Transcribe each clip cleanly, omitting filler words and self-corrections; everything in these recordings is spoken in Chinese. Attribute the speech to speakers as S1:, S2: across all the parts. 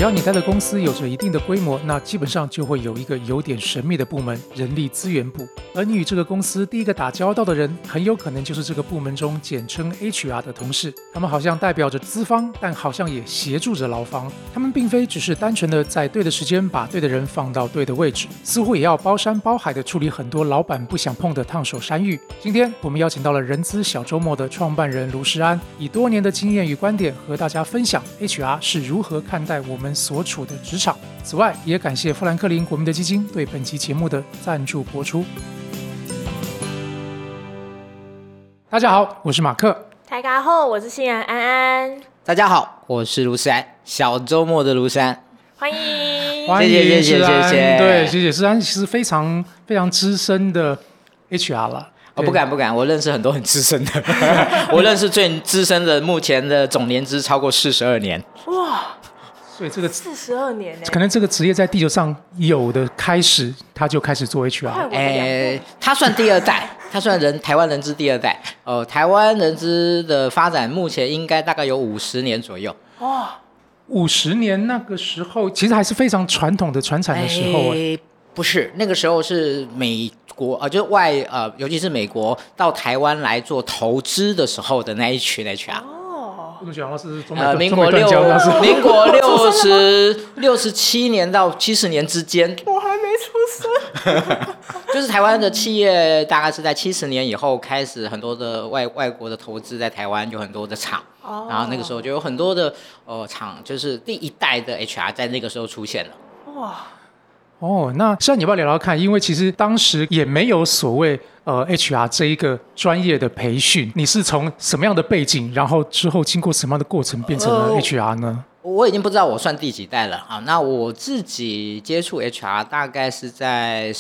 S1: 要你待的公司有着一定的规模，那基本上就会有一个有点神秘的部门——人力资源部。而你与这个公司第一个打交道的人，很有可能就是这个部门中简称 HR 的同事。他们好像代表着资方，但好像也协助着劳方。他们并非只是单纯的在对的时间把对的人放到对的位置，似乎也要包山包海的处理很多老板不想碰的烫手山芋。今天我们邀请到了人资小周末的创办人卢世安，以多年的经验与观点和大家分享 HR 是如何看待我们所处的职场。此外，也感谢富兰克林国民的基金对本期节目的赞助播出。大家好，我是马克。
S2: 大家好，我是欣然安安。
S3: 大家好，我是卢山，小周末的卢山，
S2: 欢迎，
S3: 谢谢。
S1: 对，谢谢世安，其实非常非常资深的 HR 了。
S3: 不敢，我认识很多很资深的，我认识最资深的，目前的总年资超过42年。
S2: 哇！
S1: 所以这个
S2: 42年呢，
S1: 可能这个职业在地球上有的开始，他就开始做 HR。
S3: 他算第二代，他算台湾人资第二代。台湾人资的发展目前应该大概有50年左右。
S2: 哇
S1: ，50年那个时候其实还是非常传统的传产的时候。
S3: 不是，那个时候是美国就是尤其是美国到台湾来做投资的时候的那一群 HR。
S1: 民
S3: 国67年到70年之间，
S2: 我还没出生。
S3: 就是台湾的企业大概是在70年以后开始很多的外国的投资在台湾，有很多的厂，然后那个时候就有很多的厂，就是第一代的 HR 在那个时候出现了。
S2: 哇！
S1: 那现在你要不要聊聊看？因为其实当时也没有所谓HR 这一个专业的培训，你是从什么样的背景，然后之后经过什么样的过程变成了 HR 呢？
S3: 我已经不知道我算第几代了啊。那我自己接触 HR 大概是在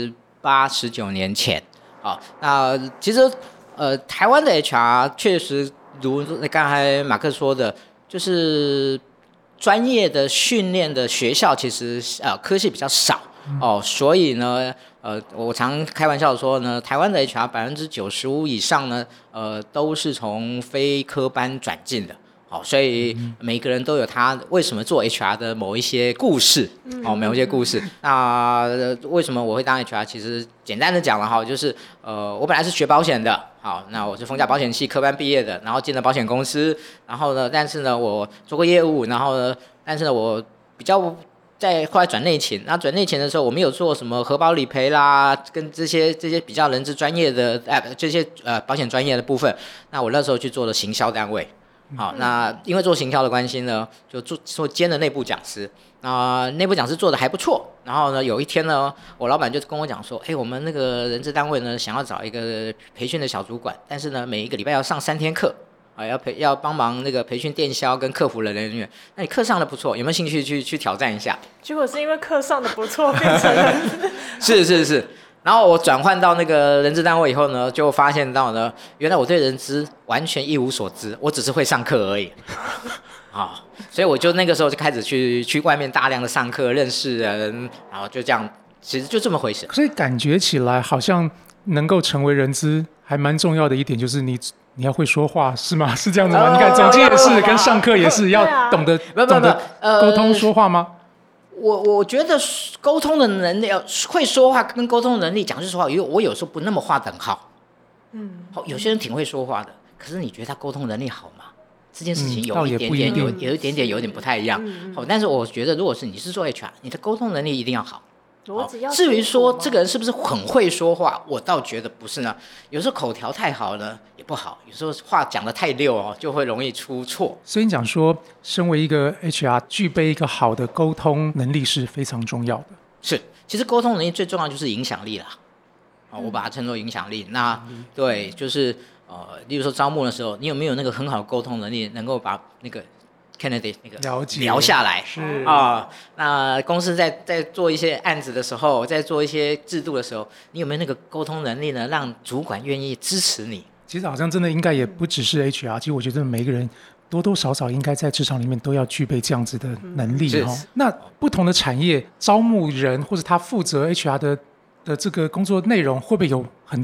S3: 18、19年前。好，那其实台湾的 HR 确实如刚才马克说的，就是专业的训练的学校其实科系比较少所以呢我常开玩笑说呢，台湾的 HR 95%以上呢都是从非科班转进的。所以每个人都有他为什么做 HR 的某一些故事，某一些故事。那为什么我会当 HR？ 其实简单的讲了就是我本来是学保险的，那我是逢甲保险系科班毕业的，然后进了保险公司，然后呢，但是呢我做过业务，然后呢，但是呢我比较后来转内勤，那转内勤的时候，我们有做什么核保理赔啦，跟这些比较人资专业的这些保险专业的部分，那我那时候去做了行销单位。好，那因为做行销的关系呢，就做兼了内部讲师。内部讲师做的还不错。然后呢，有一天呢，我老板就跟我讲说，我们那个人资单位呢，想要找一个培训的小主管，但是呢，每一个礼拜要上3天课，要帮忙那个培训电销跟客服的人员。那你课上的不错，有没有兴趣去挑战一下？
S2: 结果是因为课上的不错，变成了
S3: 是。然后我转换到那个人资单位以后呢，就发现到呢，原来我对人资完全一无所知，我只是会上课而已。所以我就那个时候就开始去外面大量的上课，认识人，然后就这样，其实就这么回事。
S1: 所以感觉起来好像能够成为人资还蛮重要的一点，就是你要会说话，是吗？是这样子吗？你看总监也是，跟上课也是要懂得沟通说话吗？
S3: 我觉得沟通的能力，会说话跟沟通的能力，讲句实话，我有时候不那么划等号。有些人挺会说话的，可是你觉得他沟通能力好吗？这件事情有一点点有点不太一样。但是我觉得，如果你是做 HR， 你的沟通能力一定要好。至于说这个人是不是很会说话，我倒觉得不是呢。有时候口条太好呢也不好，有时候话讲得太溜就会容易出错。
S1: 所以你讲说，身为一个 HR， 具备一个好的沟通能力是非常重要的。
S3: 是，其实沟通能力最重要就是影响力啦。我把它称作影响力。那对，就是例如说招募的时候，你有没有那个很好的沟通能力，能够把那个candidate 那个聊下来？
S1: 是
S3: 那公司在做一些案子的时候，在做一些制度的时候，你有没有那个沟通能力呢？让主管愿意支持你？
S1: 其实好像真的应该也不只是 HR， 其实我觉得每一个人多多少少应该在职场里面都要具备这样子的能力。那不同的产业招募人或者他负责 HR 的这个工作内容会不会有很大的不同？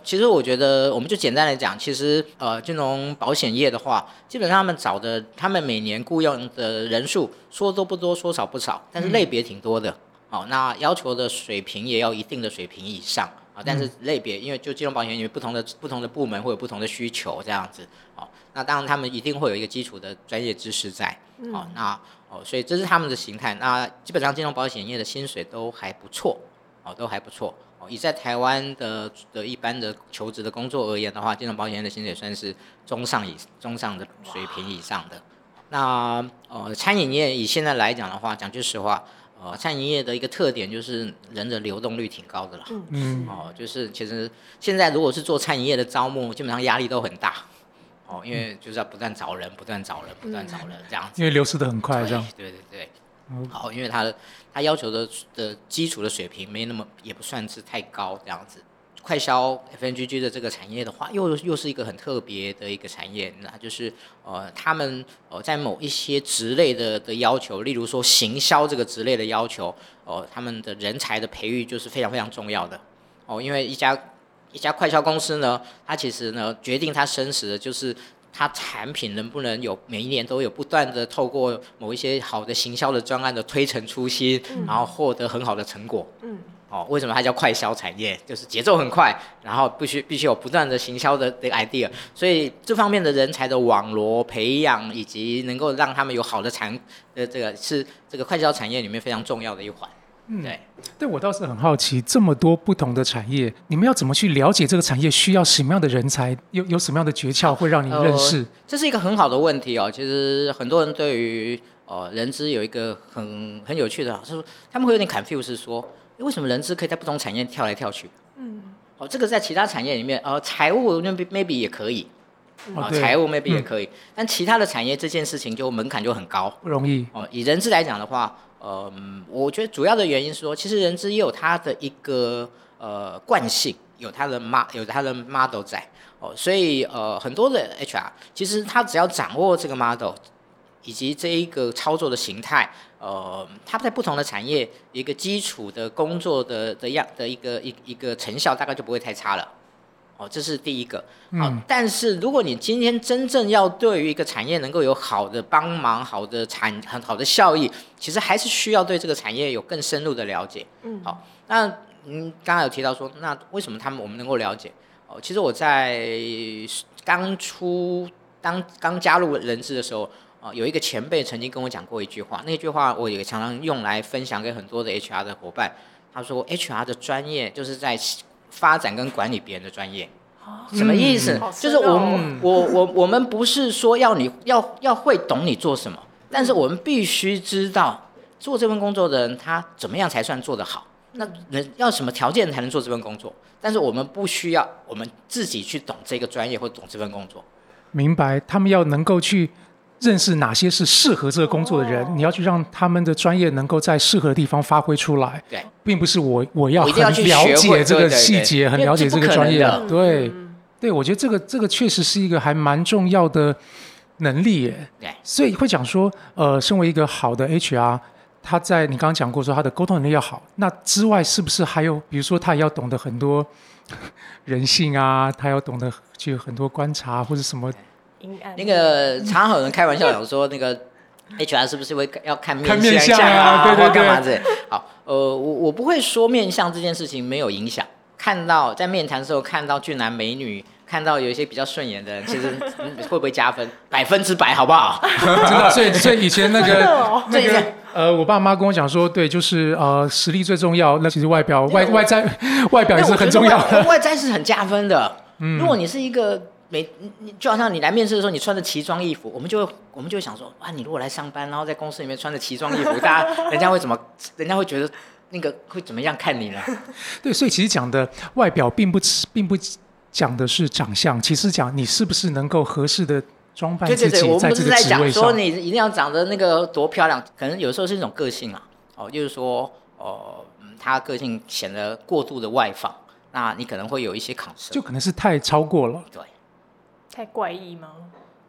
S3: 其实我觉得，我们就简单来讲，其实金融保险业的话，基本上他们每年雇佣的人数说多不多，说少不少，但是类别挺多的。那要求的水平也要一定的水平以上但是类别，因为就金融保险因为不同的部门会有不同的需求这样子。那当然他们一定会有一个基础的专业知识在。所以这是他们的形态。那基本上金融保险业的薪水都还不错。都还不错。以在台湾的一般的求职的工作而言的话，金融保险业的薪水算是中上的水平以上的。那餐饮业以现在来讲的话，讲句实话，餐饮业的一个特点就是人的流动率挺高的啦。就是其实现在如果是做餐饮业的招募，基本上压力都很大。因为就是要不断找人这样子。
S1: 因为流失的很快，这样。
S3: 对。好，因为他要求的基础的水平也不算是太高这样子。快销 FMCG 的这个产业的话，又是一个很特别的一个产业，那就是他们在某一些职类的要求，例如说行销这个职类的要求，他们的人才的培育就是非常非常重要的。因为一家快销公司呢，它其实呢决定它生死的就是它产品能不能每一年都有不断的透过某一些好的行销的专案的推陈出新，然后获得很好的成果。为什么它叫快销产业？就是节奏很快，然后必须有不断的行销的 idea， 所以这方面的人才的网罗培养，以及能够让他们有好的这个是这个快销产业里面非常重要的一环。
S1: 对，我倒是很好奇，这么多不同的产业，你们要怎么去了解这个产业需要什么样的人才？有什么样的诀窍会让你认识？
S3: 这是一个很好的问题其实很多人对于人资有一个很有趣的，就是他们会有点 confuse 说，为什么人资可以在不同产业跳来跳去？这个在其他产业里面，财务 maybe 也可以。财务 maybe 也可以，但其他的产业这件事情就门槛就很高，
S1: 不容易。
S3: 以人资来讲的话，我觉得主要的原因是说，其实人资也有它的一个惯性，有它的 model 在所以很多的 HR 其实他只要掌握这个 model 以及这一个操作的形态，他在不同的产业一个基础的工作的一个成效大概就不会太差了。这是第一个。但是如果你今天真正要对于一个产业能够有好的帮忙、很好的效益，其实还是需要对这个产业有更深入的了解。那刚刚有提到说，那为什么我们能够了解？其实我在刚加入人资的时候，有一个前辈曾经跟我讲过一句话，那句话我也常常用来分享给很多的 HR 的伙伴。他说 HR 的专业就是在发展跟管理别人的专业。什么意思？就是我们不是说要你要会懂你做什么，但是我们必须知道做这份工作的人他怎么样才算做得好，那人要什么条件才能做这份工作，但是我们不需要我们自己去懂这个专业或懂这份工作。
S1: 明白，他们要能够去认识哪些是适合这个工作的人，你要去让他们的专业能够在适合的地方发挥出来。
S3: 对，
S1: 并不是我要很了解这个细节，很了解这个专业。对，我觉得这个确实是一个还蛮重要的能力耶。
S3: 对，
S1: 所以会讲说，身为一个好的 HR， 他在你刚刚讲过说他的沟通能力要好，那之外是不是还有，比如说他也要懂得很多人性啊，他要懂得去很多观察或者什么。
S3: 那个常常有人开玩笑讲说，那个 HR 是不是会要看面
S1: 相啊？对对对，
S3: 干嘛之类。好，我不会说面相这件事情没有影响。看到在面谈的时候看到俊男美女，看到有一些比较顺眼的人，其实会不会加分？100%好不好？
S1: 真的，所以以前那个我爸妈跟我讲说，对，就是实力最重要，那其实外表也是很重要的。
S3: 外在是很加分的。如果你是一个就好像你来面试的时候，你穿着奇装异服，我们就会想说，哇，你如果来上班，然后在公司里面穿着奇装异服，人家会觉得那个会怎么样看你呢？
S1: 对，所以其实讲的外表并不讲的是长相，其实讲你是不是能够合适的装扮自己，
S3: 我们不是在讲说你
S1: 一
S3: 定要长得那个多漂亮，可能有时候是一种个性啊。就是说，他个性显得过度的外放，那你可能会有一些concern，
S1: 就可能是太超过了。
S3: 对。
S2: 太怪异吗？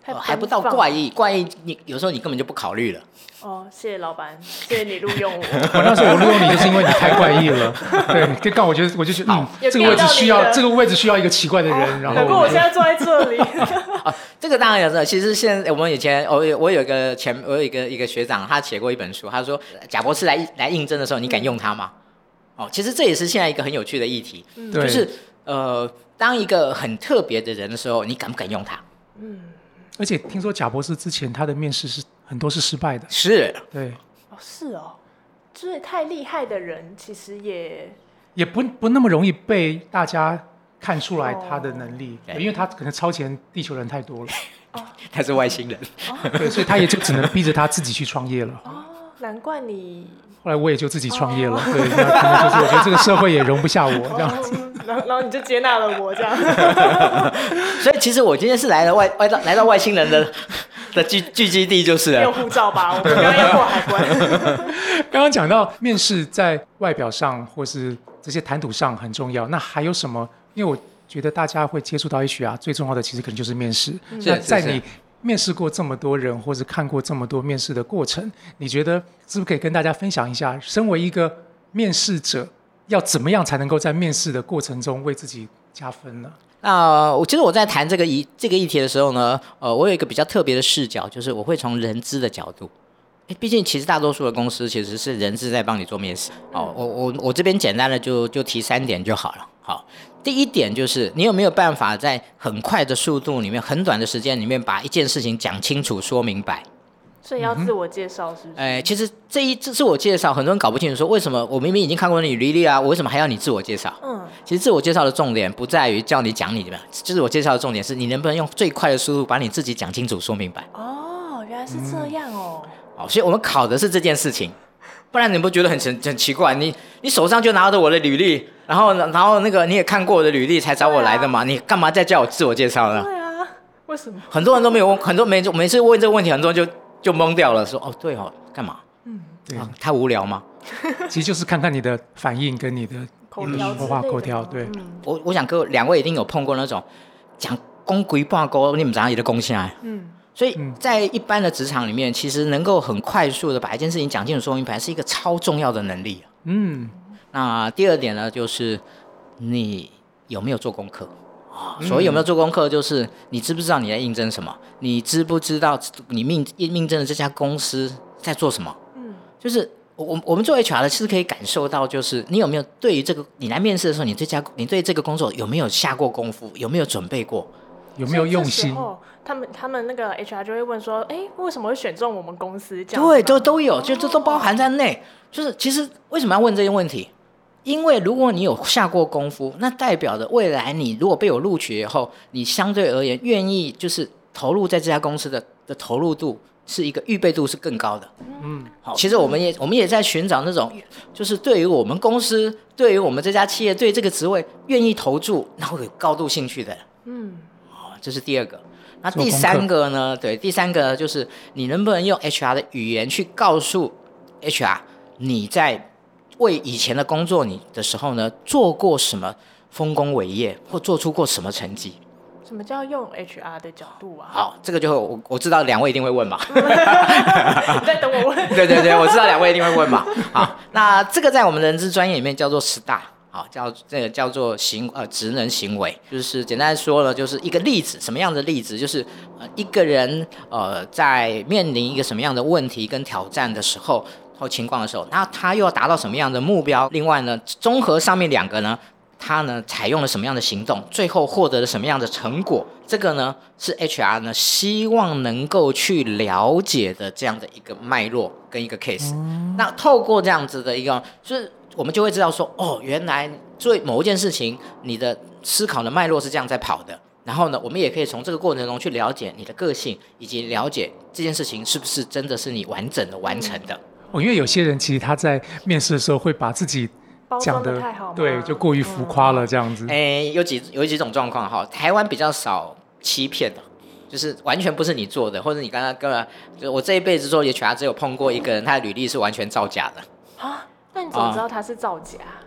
S3: 还不到怪异，怪异你有时候你根本就不考虑了。
S2: 哦，谢谢老板，谢谢你录用我。
S1: 我那时候我录用你，就是因为你太怪异了。对，就刚我觉得这个位置需要一个奇怪的人，然后。
S2: 不过我现在坐在这里。
S3: 这个当然有的。其实现在我们以前，我有一个学长，他写过一本书，他说贾博士来应征的时候，你敢用他吗？其实这也是现在一个很有趣的议题，就是当一个很特别的人的时候，你敢不敢用他？
S1: 而且听说贾博士之前他的面试很多是失败的。
S3: 是，
S1: 对。
S2: 是哦，就是太厉害的人，其实
S1: 也不那么容易被大家看出来他的能力，因为他可能超前地球人太多了。
S3: 他是外星人。
S1: 对，所以他也就只能逼着他自己去创业了。
S2: 难怪你。
S1: 后来我也就自己创业了，对，那可能就是我觉得这个社会也容不下我这样子。
S2: 然后你就接纳了我这样。
S3: 所以其实我今天是来到外星人的聚集地就是了。
S2: 没有护照吧？我们刚刚要过海关。
S1: 刚刚讲到面试在外表上或是这些谈吐上很重要，那还有什么？因为我觉得大家会接触到 HR 最重要的其实可能就是面试。那在你面试过这么多人，或是看过这么多面试的过程，你觉得是不是可以跟大家分享一下，身为一个面试者，要怎么样才能够在面试的过程中为自己加分呢？
S3: 其实我在谈这个议题的时候呢，我有一个比较特别的视角，就是我会从人资的角度。毕竟其实大多数的公司其实是人资在帮你做面试。我这边简单的就提3点就好了。好，第一点就是你有没有办法在很快的速度里面、很短的时间里面把一件事情讲清楚、说明白。
S2: 所以要自我介绍是不是？
S3: 其实这自我介绍，很多人搞不清楚，说为什么我明明已经看过你履历啊，我为什么还要你自我介绍？其实自我介绍的重点不在于叫你讲你的，自我介绍的重点是你能不能用最快的速度把你自己讲清楚、说明白。
S2: 原来是这样哦。
S3: 所以我们考的是这件事情，不然你不觉得很奇怪？你手上就拿着我的履历，然后那个你也看过我的履历才找我来的嘛？你干嘛再叫我自我介绍呢？
S2: 对啊，为什么？
S3: 很多人都没有问，每次问这个问题，很多人就懵掉了，说对干嘛？
S1: 对，
S3: 太无聊吗？
S1: 其实就是看看你的反应跟你的说话口条。对，
S3: 我想两位一定有碰过那种讲公规半勾，你们怎样也的攻下来。所以在一般的职场里面，其实能够很快速的把一件事情讲清楚、说明白，是一个超重要的能力。那第二点呢，就是你有没有做功课？所谓有没有做功课，就是你知不知道你在应征什么？你知不知道你应征的这家公司在做什么？就是我们做 HR 的，其实可以感受到，就是你有没有对于这个你来面试的时候，你对这个工作有没有下过功夫，有没有准备过？有没有用心？
S2: 他们那个 HR 就会问说，为什么会选中我们公司？这样
S3: 对，都有，就这都包含在内。就是其实为什么要问这些问题？因为如果你有下过功夫，那代表着未来你如果被我录取以后，你相对而言愿意就是投入在这家公司的投入度是一个预备度是更高的。好，其实我们也在寻找那种就是对于我们公司、对于我们这家企业、对这个职位愿意投注，然后有高度兴趣的。这是第二个。那第三个呢？对，第三个就是你能不能用 HR 的语言去告诉 HR 你在为以前的工作你的时候呢，做过什么丰功伟业，或做出过什么成绩？
S2: 什么叫用 HR 的角度啊？
S3: 好，这个就我知道两位一定会问嘛。
S2: 你在等我问？
S3: 对，我知道两位一定会问嘛。好，那这个在我们人资专业里面叫做10大。好，这个叫做职能行为，就是简单说了，就是一个例子，什么样的例子？就是一个人在面临一个什么样的问题跟挑战的时候或情况的时候，那他又要达到什么样的目标？另外呢，综合上面2个呢，他呢采用了什么样的行动，最后获得了什么样的成果？这个呢是 HR 呢希望能够去了解的这样的一个脉络跟一个 case。那透过这样子的一个，就是我们就会知道说，原来做某一件事情，你的思考的脉络是这样在跑的。然后呢，我们也可以从这个过程中去了解你的个性，以及了解这件事情是不是真的是你完整的完成的。
S1: 因为有些人其实他在面试的时候会把自己讲的对就过于浮夸了这样子。
S3: 有几种状况哈，台湾比较少欺骗的。就是完全不是你做的，或者你刚刚就我这一辈子做 HR 只有碰过一个人，他的履历是完全造假的。
S2: 那你怎么知道他是造假？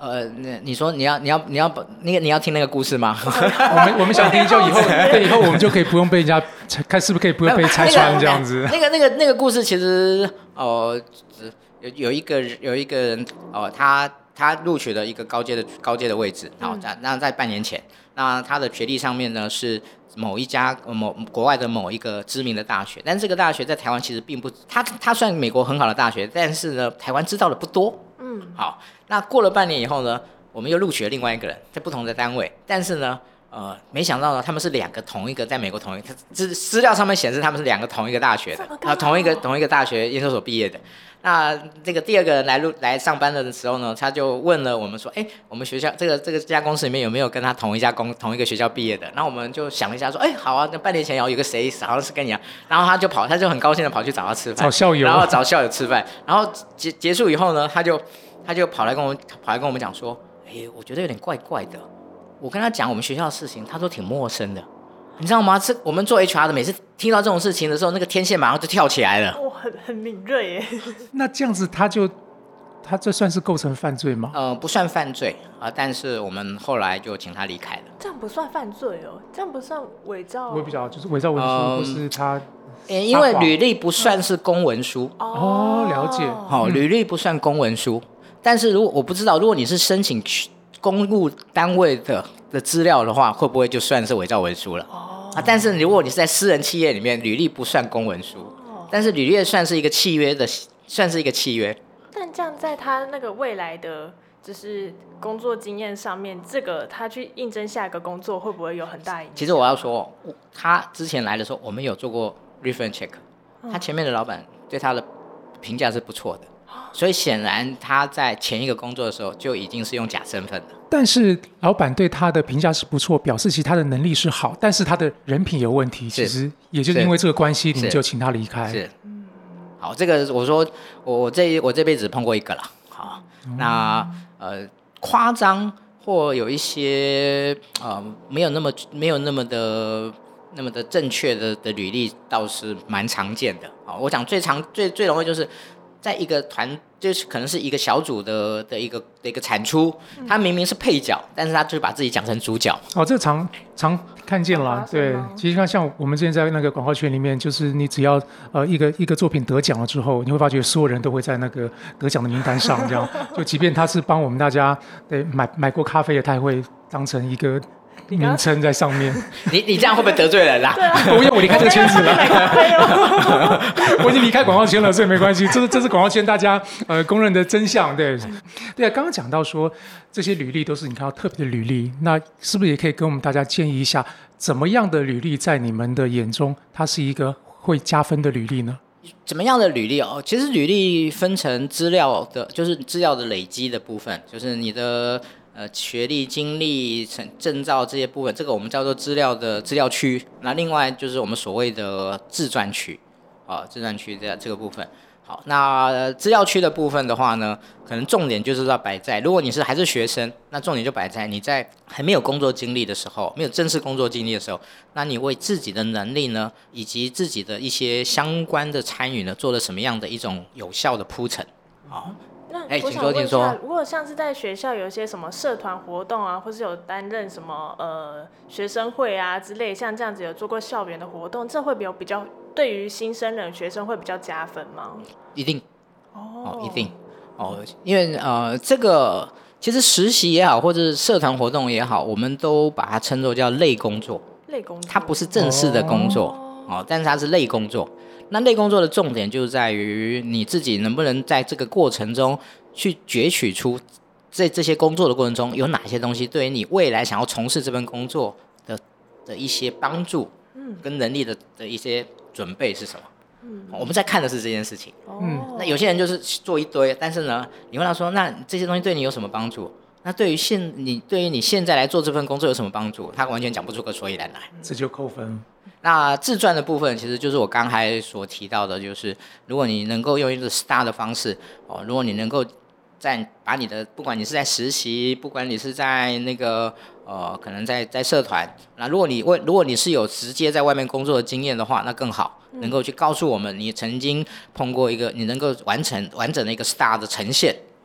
S3: 你说你要你要听那个故事吗？
S1: 我们想听，就以后我们就可以不用被人家看是不是可以不用被拆穿这样子。
S3: 那个故事其实有一个人他录取了一个高阶的位置，那在半年前，那他的学历上面呢是某一家国外的某一个知名的大学，但这个大学在台湾其实并不，它算美国很好的大学，但是呢台湾知道的不多。好，那过了半年以后呢，我们又录取了另外一个人，在不同的单位，但是呢，没想到呢，他们是两个同一个，在美国同一个，资料上面显示他们是两个同一个大学的，同一个大学研究所毕业的。那这个第二个人来上班的时候呢，他就问了我们说，我们学校这家公司里面有没有跟他同一个学校毕业的？然后我们就想了一下说，好啊，那半年前有一个谁好像是跟你然后他就很高兴的跑去找他吃饭，
S1: 找校友，
S3: 然后找校友吃饭，然后结束以后呢，他就跑来跟我们讲说，我觉得有点怪怪的。我跟他讲我们学校的事情，他都挺陌生的，你知道吗？我们做 HR 的每次听到这种事情的时候，那个天线马上就跳起来了。
S2: 很敏锐耶。
S1: 那这样子他这算是构成犯罪吗？
S3: 不算犯罪但是我们后来就请他离开了。
S2: 这样不算犯罪哦？这样不算伪造？
S1: 我比较就是伪造文书，或是他。
S3: 因为履历不算是公文书。
S1: 了解。
S3: 履历不算公文书，但是我不知道，如果你是申请公务单位的资料的话，会不会就算是伪造文书了？但是如果你是在私人企业里面，履历不算公文书，但是履历算是一个契约。
S2: 但这样在他那个未来的就是工作经验上面，这个他去应征下一个工作会不会有很大影响？
S3: 其实我要说，他之前来的时候，我们有做过 reference check，他前面的老板对他的评价是不错的。所以显然他在前一个工作的时候就已经是用假身份了。但
S1: 是老板对他的评价是不错，表示其实他的能力是好，但是他的人品有问题。其实也就是因为这个关系，你们就请他离开。
S3: 是，好，这个我说我这辈子碰过一个了。好，那夸张或有一些没有那么的正确的履历倒是蛮常见的。好，我讲最容易就是。在一个就是可能是一个小组的一个产出，他明明是配角，但是他就把自己讲成主角。这
S1: 常看见了。对，其实像我们之前在那个广告圈里面，就是你只要一个作品得奖了之后，你会发觉所有人都会在那个得奖的名单上，这样就即便他是帮我们大家买过咖啡的，他也会当成一个名称在上面。
S3: 你这样会不会得罪人啦？
S1: 因为我离开这个圈子了，我已经离开广告圈了，所以没关系。这是广告圈大家公认的真相。对啊，刚刚讲到说这些履历都是你看到特别的履历，那是不是也可以跟我们大家建议一下，怎么样的履历在你们的眼中，它是一个会加分的履历呢？
S3: 怎么样的履历其实履历分成资料的，就是资料的累积的部分，就是你的学历、经历、证照这些部分，这个我们叫做资料区。那另外就是我们所谓的自传区，自传区这个部分。好，那资料区的部分的话呢，可能重点就是要摆在，如果你还是学生，那重点就摆在你在还没有工作经历的时候，没有正式工作经历的时候，那你为自己的能力呢，以及自己的一些相关的参与呢，做了什么样的一种有效的铺陈。好。
S2: 那我想问一下，如果像是在学校有一些什么社团活动啊，或是有担任什么学生会啊之类，像这样子有做过校园的活动，这会比较对于新生人学生会比较加分吗？
S3: 一定一定因为这个其实实习也好，或者是社团活动也好，我们都把它称作叫类工作，它不是正式的工作但是它是类工作。那类工作的重点就在于你自己能不能在这个过程中去攫取出在这些工作的过程中有哪些东西对于你未来想要从事这份工作的一些帮助，跟能力的一些准备是什么。我们在看的是这件事情。那有些人就是做一堆，但是呢，你问他说，那这些东西对你有什么帮助？那对于你现在来做这份工作有什么帮助？他完全讲不出个所以然来，
S1: 这就扣分。
S3: 那自传的部分其实就是我刚才所提到的，就是如果你能够用一个 STAR 的方式如果你能够把你的，不管你是在实习，不管你是在那个可能在社团，那如果你是有直接在外面工作的经验的话，那更好，能够去告诉我们你曾经碰过一个你能够完整的一个 STAR 的呈现。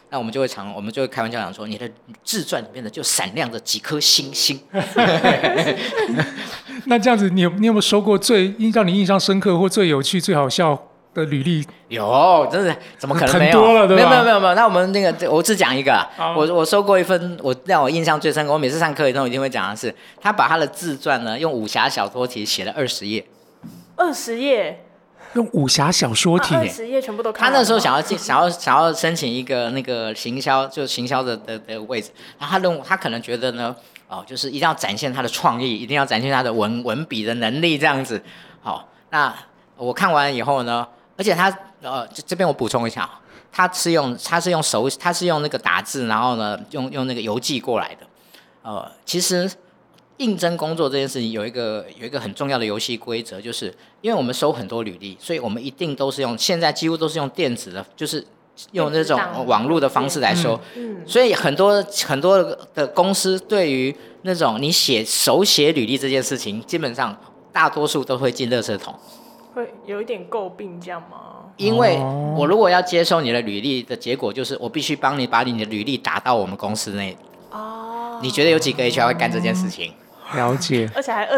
S3: 那我们就会开玩笑讲说，你的自传里面的就闪亮着几颗星星。
S1: 那这样子，你有没有收过让你印象深刻或最有趣、最好笑的履历？
S3: 有，真的怎么可能没有？
S1: 很多了，对吧？
S3: 没有。那我们我只讲一个，我收过一份，让我印象最深刻。我每次上课一定会讲的是，他把他的自传呢用武侠小说体写了20页。
S2: 20页。
S1: 用武侠小说体
S2: ，20页全部都看完。
S3: 他那时候想要申请一个那个行销的位置，然后他可能觉得呢，就是一定要展现他的创意，一定要展现他的文笔的能力这样子。好，那我看完以后呢，而且他这边我补充一下，他是用那个打字，然后呢用那个邮寄过来的。其实应征工作这件事情有一个很重要的游戏规则，就是因为我们收很多履历，所以我们一定都是现在几乎都是用电子的，就是用那种网络的方式来收。所以很多的公司对于那种你手写履历这件事情，基本上大多数都会进垃圾桶。
S2: 会有一点诟病这样吗？
S3: 因为我如果要接收你的履历的结果，就是我必须帮你把你的履历打到我们公司内。你觉得有几个 HR 会干这件事情？
S1: 了解，
S2: 而且还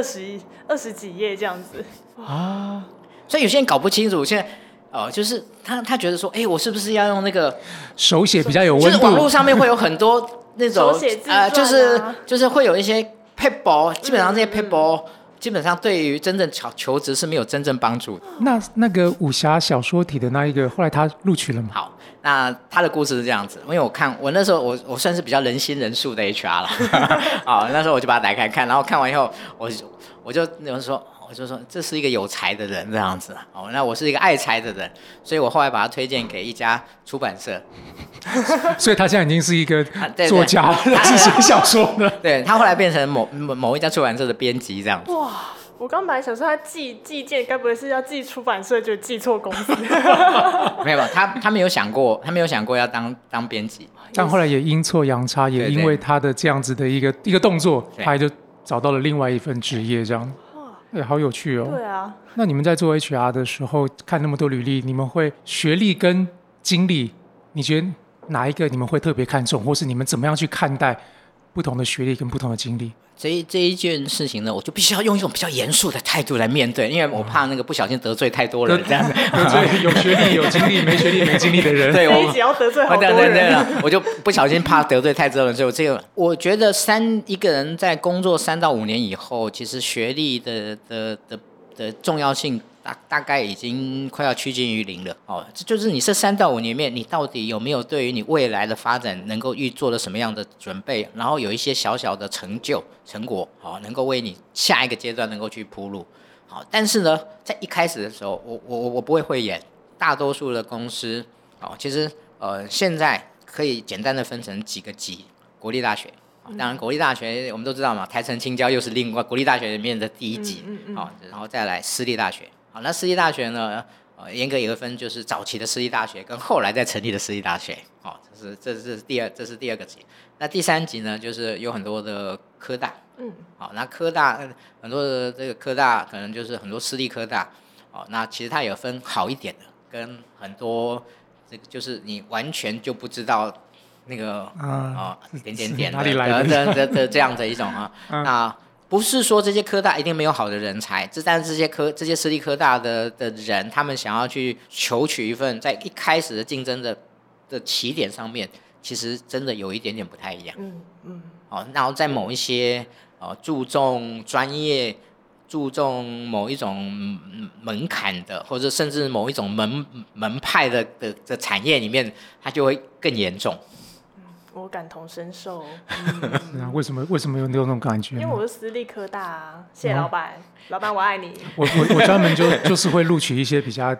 S2: 20几页这样子
S3: 所以有些人搞不清楚，现在就是他觉得说，我是不是要用那个
S1: 手写比较有温度？
S3: 就是网络上面会有很多那种
S2: 手写自传
S3: 就是会有一些 paper， 基本上这些 paper基本上对于真正求职是没有真正幫助的。
S1: 那个武侠小说体的那一个，后来他录取了吗？
S3: 好，那他的故事是这样子，因为我那时候我算是比较人心仁术的 HR 了，好，那时候我就把它打开看，然后看完以后，我就说这是一个有才的人这样子，那我是一个爱才的人，所以我后来把他推荐给一家出版社。
S1: 所以他现在已经是一个作家，是写小说的。
S3: 对，他后来变成某一家出版社的编辑这样子。
S2: 哇！我刚本来想说他寄件，该不会是要寄出版社就寄错公司？
S3: 没有，他没有想过要当编辑。
S1: 但后来也阴错阳差，也因为他的这样子的一个动作，他就找到了另外一份职业，这样。好有趣哦。
S2: 对啊。
S1: 那你们在做 HR 的时候，看那么多履历，你们会学历跟经历，你觉得哪一个你们会特别看重，或是你们怎么样去看待不同的学历跟不同的经历？
S3: 这一件事情呢，我就必须要用一种比较严肃的态度来面对，因为我怕那个不小心得罪太多人，这样子
S1: 得罪有学历有经历没学历没经历的人。
S3: 对，
S2: 我只要得罪好多人，
S3: 对，我就不小心怕得罪太多人，所以我觉得一个人在工作3到5年以后，其实学历的重要性大概已经快要趋近于零了。这就是你这3到5年里面，你到底有没有对于你未来的发展能够做了什么样的准备，然后有一些小小的成果，能够为你下一个阶段能够去铺路。但是呢，在一开始的时候，我不会讳言，大多数的公司，其实现在可以简单的分成几个级，国立大学。当然，国立大学我们都知道嘛，台城青交又是另外国立大学里面的第1级，然后再来私立大学。好，那私立大学呢，严格有个分，就是早期的私立大学跟后来再成立的私立大学。这是第2个级。那第3级呢，就是有很多的科大。好，那科大很多的这个科大可能就是很多私立科大。那其实它有分好一点的，跟很多这个就是你完全就不知道那个点
S1: 哪里来
S3: 的这样的一种那不是说这些科大一定没有好的人才，但是这些私立科大的人，他们想要去求取一份在一开始的竞争的起点上面，其实真的有一点点不太一样。然后在某一些注重专业、注重某一种门槛的，或者甚至某一种门派的产业里面，它就会更严重。
S2: 我感同身受。
S1: 为什么有那种感觉？
S2: 因为我是私立科大啊，谢谢老板，老板我爱你。
S1: 我专门就是会录取一些比较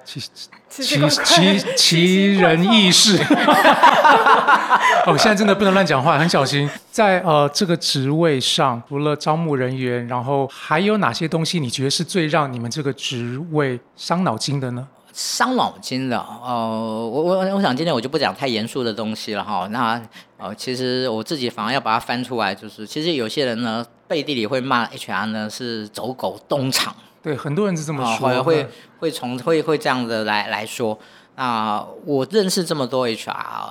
S1: 奇人异事。现在真的不能乱讲话，很小心。在这个职位上，除了招募人员，然后还有哪些东西你觉得是最让你们这个职位伤脑筋的呢？
S3: 伤脑筋的，我想今天我就不讲太严肃的东西了哈。那其实我自己反而要把它翻出来，就是其实有些人呢背地里会骂 HR 呢是走狗东厂，
S1: 对，很多人是这么说，
S3: 会这样的来说。那我认识这么多 HR，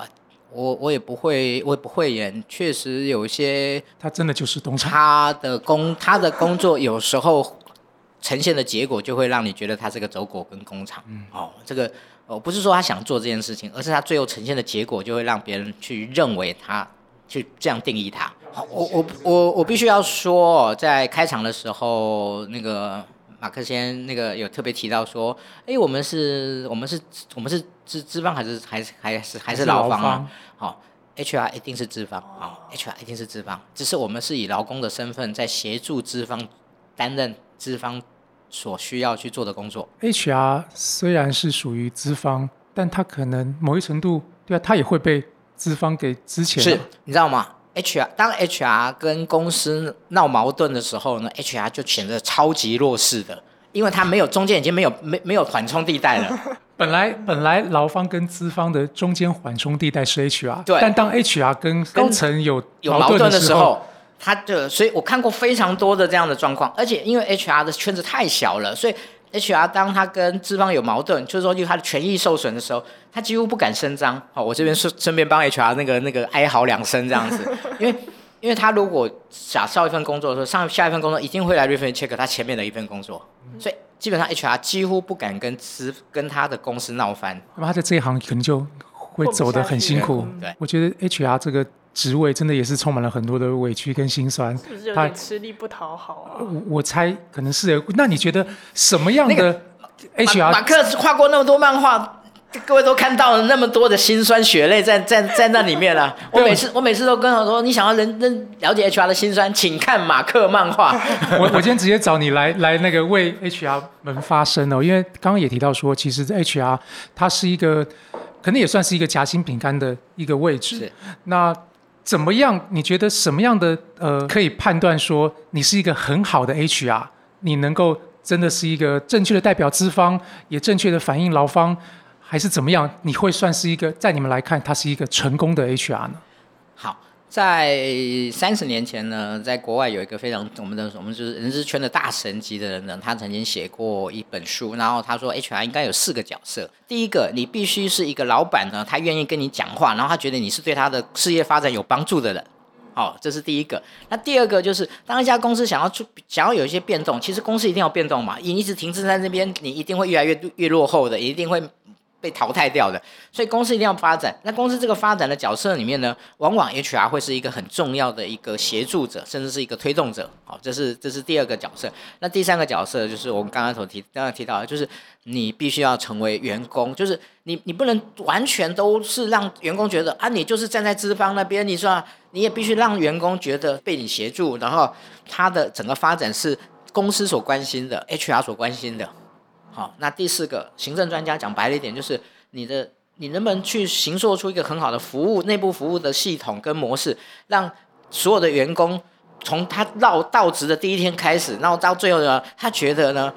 S3: 我也不会演，确实有些
S1: 他真的就是东厂，
S3: 他的工作有时候呈现的结果就会让你觉得他是个走狗跟工厂。这个不是说他想做这件事情，而是他最后呈现的结果就会让别人去认为他去这样定义他。我必须要说，在开场的时候，那个马克先那个有特别提到说，我们是资方还是劳方啊？好，HR 一定是资方，HR 一定是资方，只是我们是以劳工的身份在协助资方担任资方所需要去做的工作。
S1: HR 虽然是属于资方，但他可能某一程度，对啊，他也会被资方给资遣。
S3: 是，你知道吗当 HR 跟公司闹矛盾的时候呢 ，HR 就显得超级弱势的，因为他中间已经没有缓冲地带了。
S1: 本来劳方跟资方的中间缓冲地带是 HR，
S3: 对，
S1: 但当 HR 跟高层有
S3: 矛盾的时候，所以我看过非常多的这样的状况，而且因为 HR 的圈子太小了，所以 HR 当他跟资方有矛盾，就是说因为他的权益受损的时候，他几乎不敢声张。我这边顺便帮 HR 那个哀嚎2声这样子，因为他如果下一份工作的时候，下一份工作一定会来 reference check 他前面的一份工作，所以基本上 HR 几乎不敢跟他的公司闹翻。
S1: 那么他在这一行可能就会走得很辛苦。
S3: 对，
S1: 我觉得 HR 这个职位真的也是充满了很多的委屈跟心酸，
S2: 是不是有点吃力不讨好啊？
S1: 我猜可能是。那你觉得什么样的 HR？
S3: 马克画过那么多漫画，各位都看到了那么多的辛酸血泪在那里面了。我每次都跟我说，你想要了解 HR 的辛酸，请看马克漫画。
S1: 我今天直接找你来那个为 HR 们发声哦，因为刚刚也提到说，其实 HR 它是一个可能也算是一个夹心饼干的一个位置。那怎么样？你觉得什么样的可以判断说你是一个很好的 HR， 你能够真的是一个正确的代表资方，也正确的反映劳方，还是怎么样？你会算是一个在你们来看，他是一个成功的 HR 呢？
S3: 好，在30年前呢，在国外有一个非常我们就是人资圈的大神级的人呢，他曾经写过一本书，然后他说 HR 应该有4个角色。第一个，你必须是一个老板呢，他愿意跟你讲话，然后他觉得你是对他的事业发展有帮助的人。这是第一个。那第二个就是，当一家公司想要有一些变动，其实公司一定要变动嘛，你一直停滞在那边，你一定会越来越落后的，一定会被淘汰掉的，所以公司一定要发展。那公司这个发展的角色里面呢，往往 HR 会是一个很重要的一个协助者，甚至是一个推动者。这是第2个角色。那第3个角色就是我们刚刚提到的，就是你必须要成为员工，就是你不能完全都是让员工觉得你就是站在资方那边，你说你也必须让员工觉得被你协助，然后他的整个发展是公司所关心的 ，HR 所关心的。好，那第4个，行政专家讲白了一点，就是你能不能去形塑出一个很好的服务内部服务的系统跟模式，让所有的员工从他到职的第一天开始，然后到最后呢，他觉得呢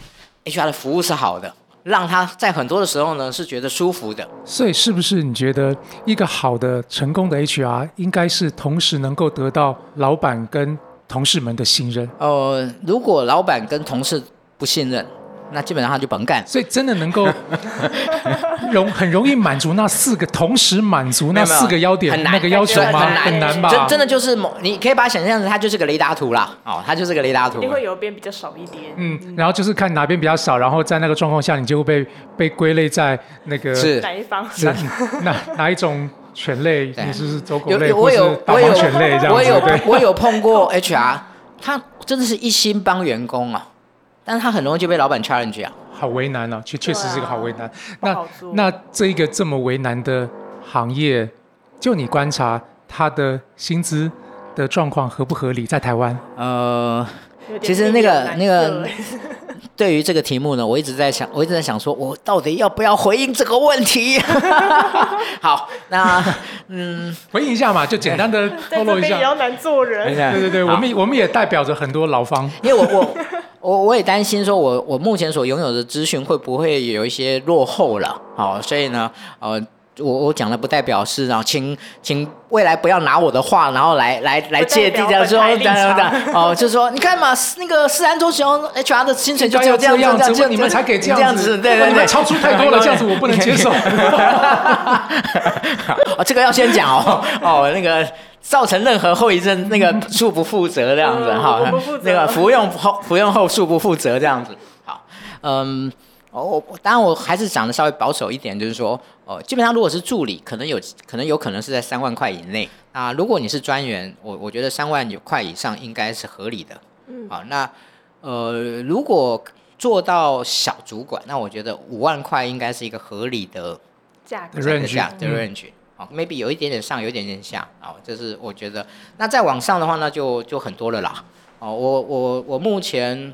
S3: ，HR 的服务是好的，让他在很多的时候呢是觉得舒服的。
S1: 所以是不是你觉得一个好的成功的 HR 应该是同时能够得到老板跟同事们的信任？
S3: 如果老板跟同事不信任，那基本上他就甭干。
S1: 所以真的能够很容易满足那同时满足那4个要点那个要求吗？很难吧？
S3: 真的就是你可以把它想象成它就是个雷达图啦。它就是个雷达图。
S2: 一定会有边比较少一点。
S1: 然后就是看哪边比较少，然后在那个状况下，你就会被归类在那个
S3: 是
S2: 哪一方？
S1: 哪一种犬类？你是走狗类，或是导盲犬类这样子？
S3: 我有碰过 HR， 他真的是一心帮员工啊。但是他很容易就被老板 challenge 啊，
S1: 好为难啊，确实是个好为难。那这一个这么为难的行业，就你观察他的薪资的状况合不合理？在台湾？
S3: 其实那个对于这个题目呢，我一直在想说，我到底要不要回应这个问题？好，那
S1: 回应一下嘛，就简单的透露一下。
S2: 在这边也要难做人。
S1: 对，我们也代表着很多劳方，
S3: 因为我也担心说我目前所拥有的资讯会不会有一些落后了，所以呢， 我讲的不代表是啊，请未来不要拿我的话，然后来借地的说这样就是说你看嘛，那个世安中雄 HR 的薪水就只有这样子，
S1: 你们才给这样子，
S3: 对，
S1: 超出太多了，这样子我不能接受。
S3: 这个要先讲那个造成任何后遗症，那个恕不负责这样子哈，那个服用后恕不负责这样子。好，当然我还是讲的稍微保守一点，就是说，基本上如果是助理，可能有可能是在3万块以内。那如果你是专员，我觉得3万块以上应该是合理的。好，那如果做到小主管，那我觉得5万块应该是一个合理的
S2: 价格
S3: 的 range。maybe 有一点点上，有一点点下，这是我觉得。那再往上的话，那就很多了啦。我目前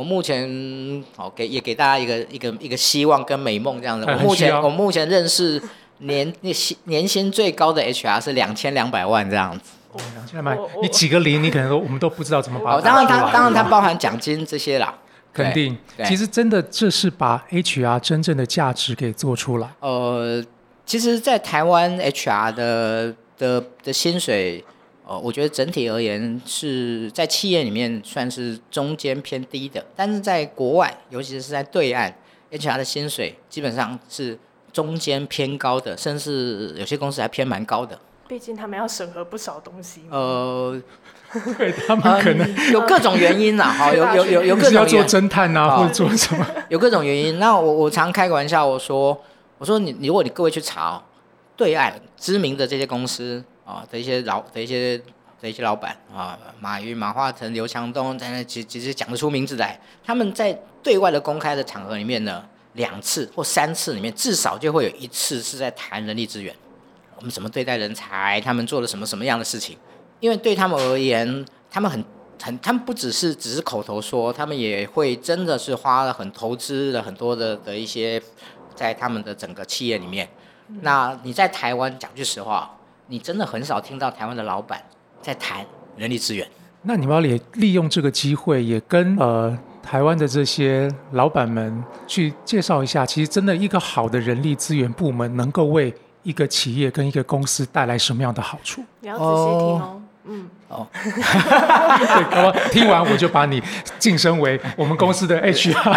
S3: 也给大家一个希望跟美梦这样子。我目前认识年薪最高的 HR 是2200万这样子。
S1: 2200万，你几个零，你可能我们都不知道怎么把它
S3: 当然它包含奖金这些啦。
S1: 肯定，其实真的这是把 HR 真正的价值给做出来。
S3: 其实，在台湾 HR 的薪水，我觉得整体而言是在企业里面算是中间偏低的，但是在国外，尤其是在对岸 ，HR 的薪水基本上是中间偏高的，甚至有些公司还偏蛮高的。
S2: 毕竟他们要审核不少东西。
S1: 对，他们可能
S3: 有各种原因啦，有各种原因，
S1: 要做侦探啊，或者做什么，
S3: 有各种原因。那我常开个玩笑，我说如果你各位去查对岸知名的这些公司的一些老板马云、马化腾、刘强东，在那其实讲得出名字来，他们在对外的公开的场合里面呢，2次或3次里面至少就会有1次是在谈人力资源，我们怎么对待人才，他们做了什么样的事情。因为对他们而言，他们不只是口头说，他们也会真的是花了投资了很多的一些在他们的整个企业里面。那你在台湾讲句实话，你真的很少听到台湾的老板在谈人力资源。
S1: 那你们要利用这个机会，也跟台湾的这些老板们去介绍一下，其实真的一个好的人力资源部门能够为一个企业跟一个公司带来什么样的好处？
S2: 你要仔细听
S1: 对，刚刚听完我就把你晋升为我们公司的 HR。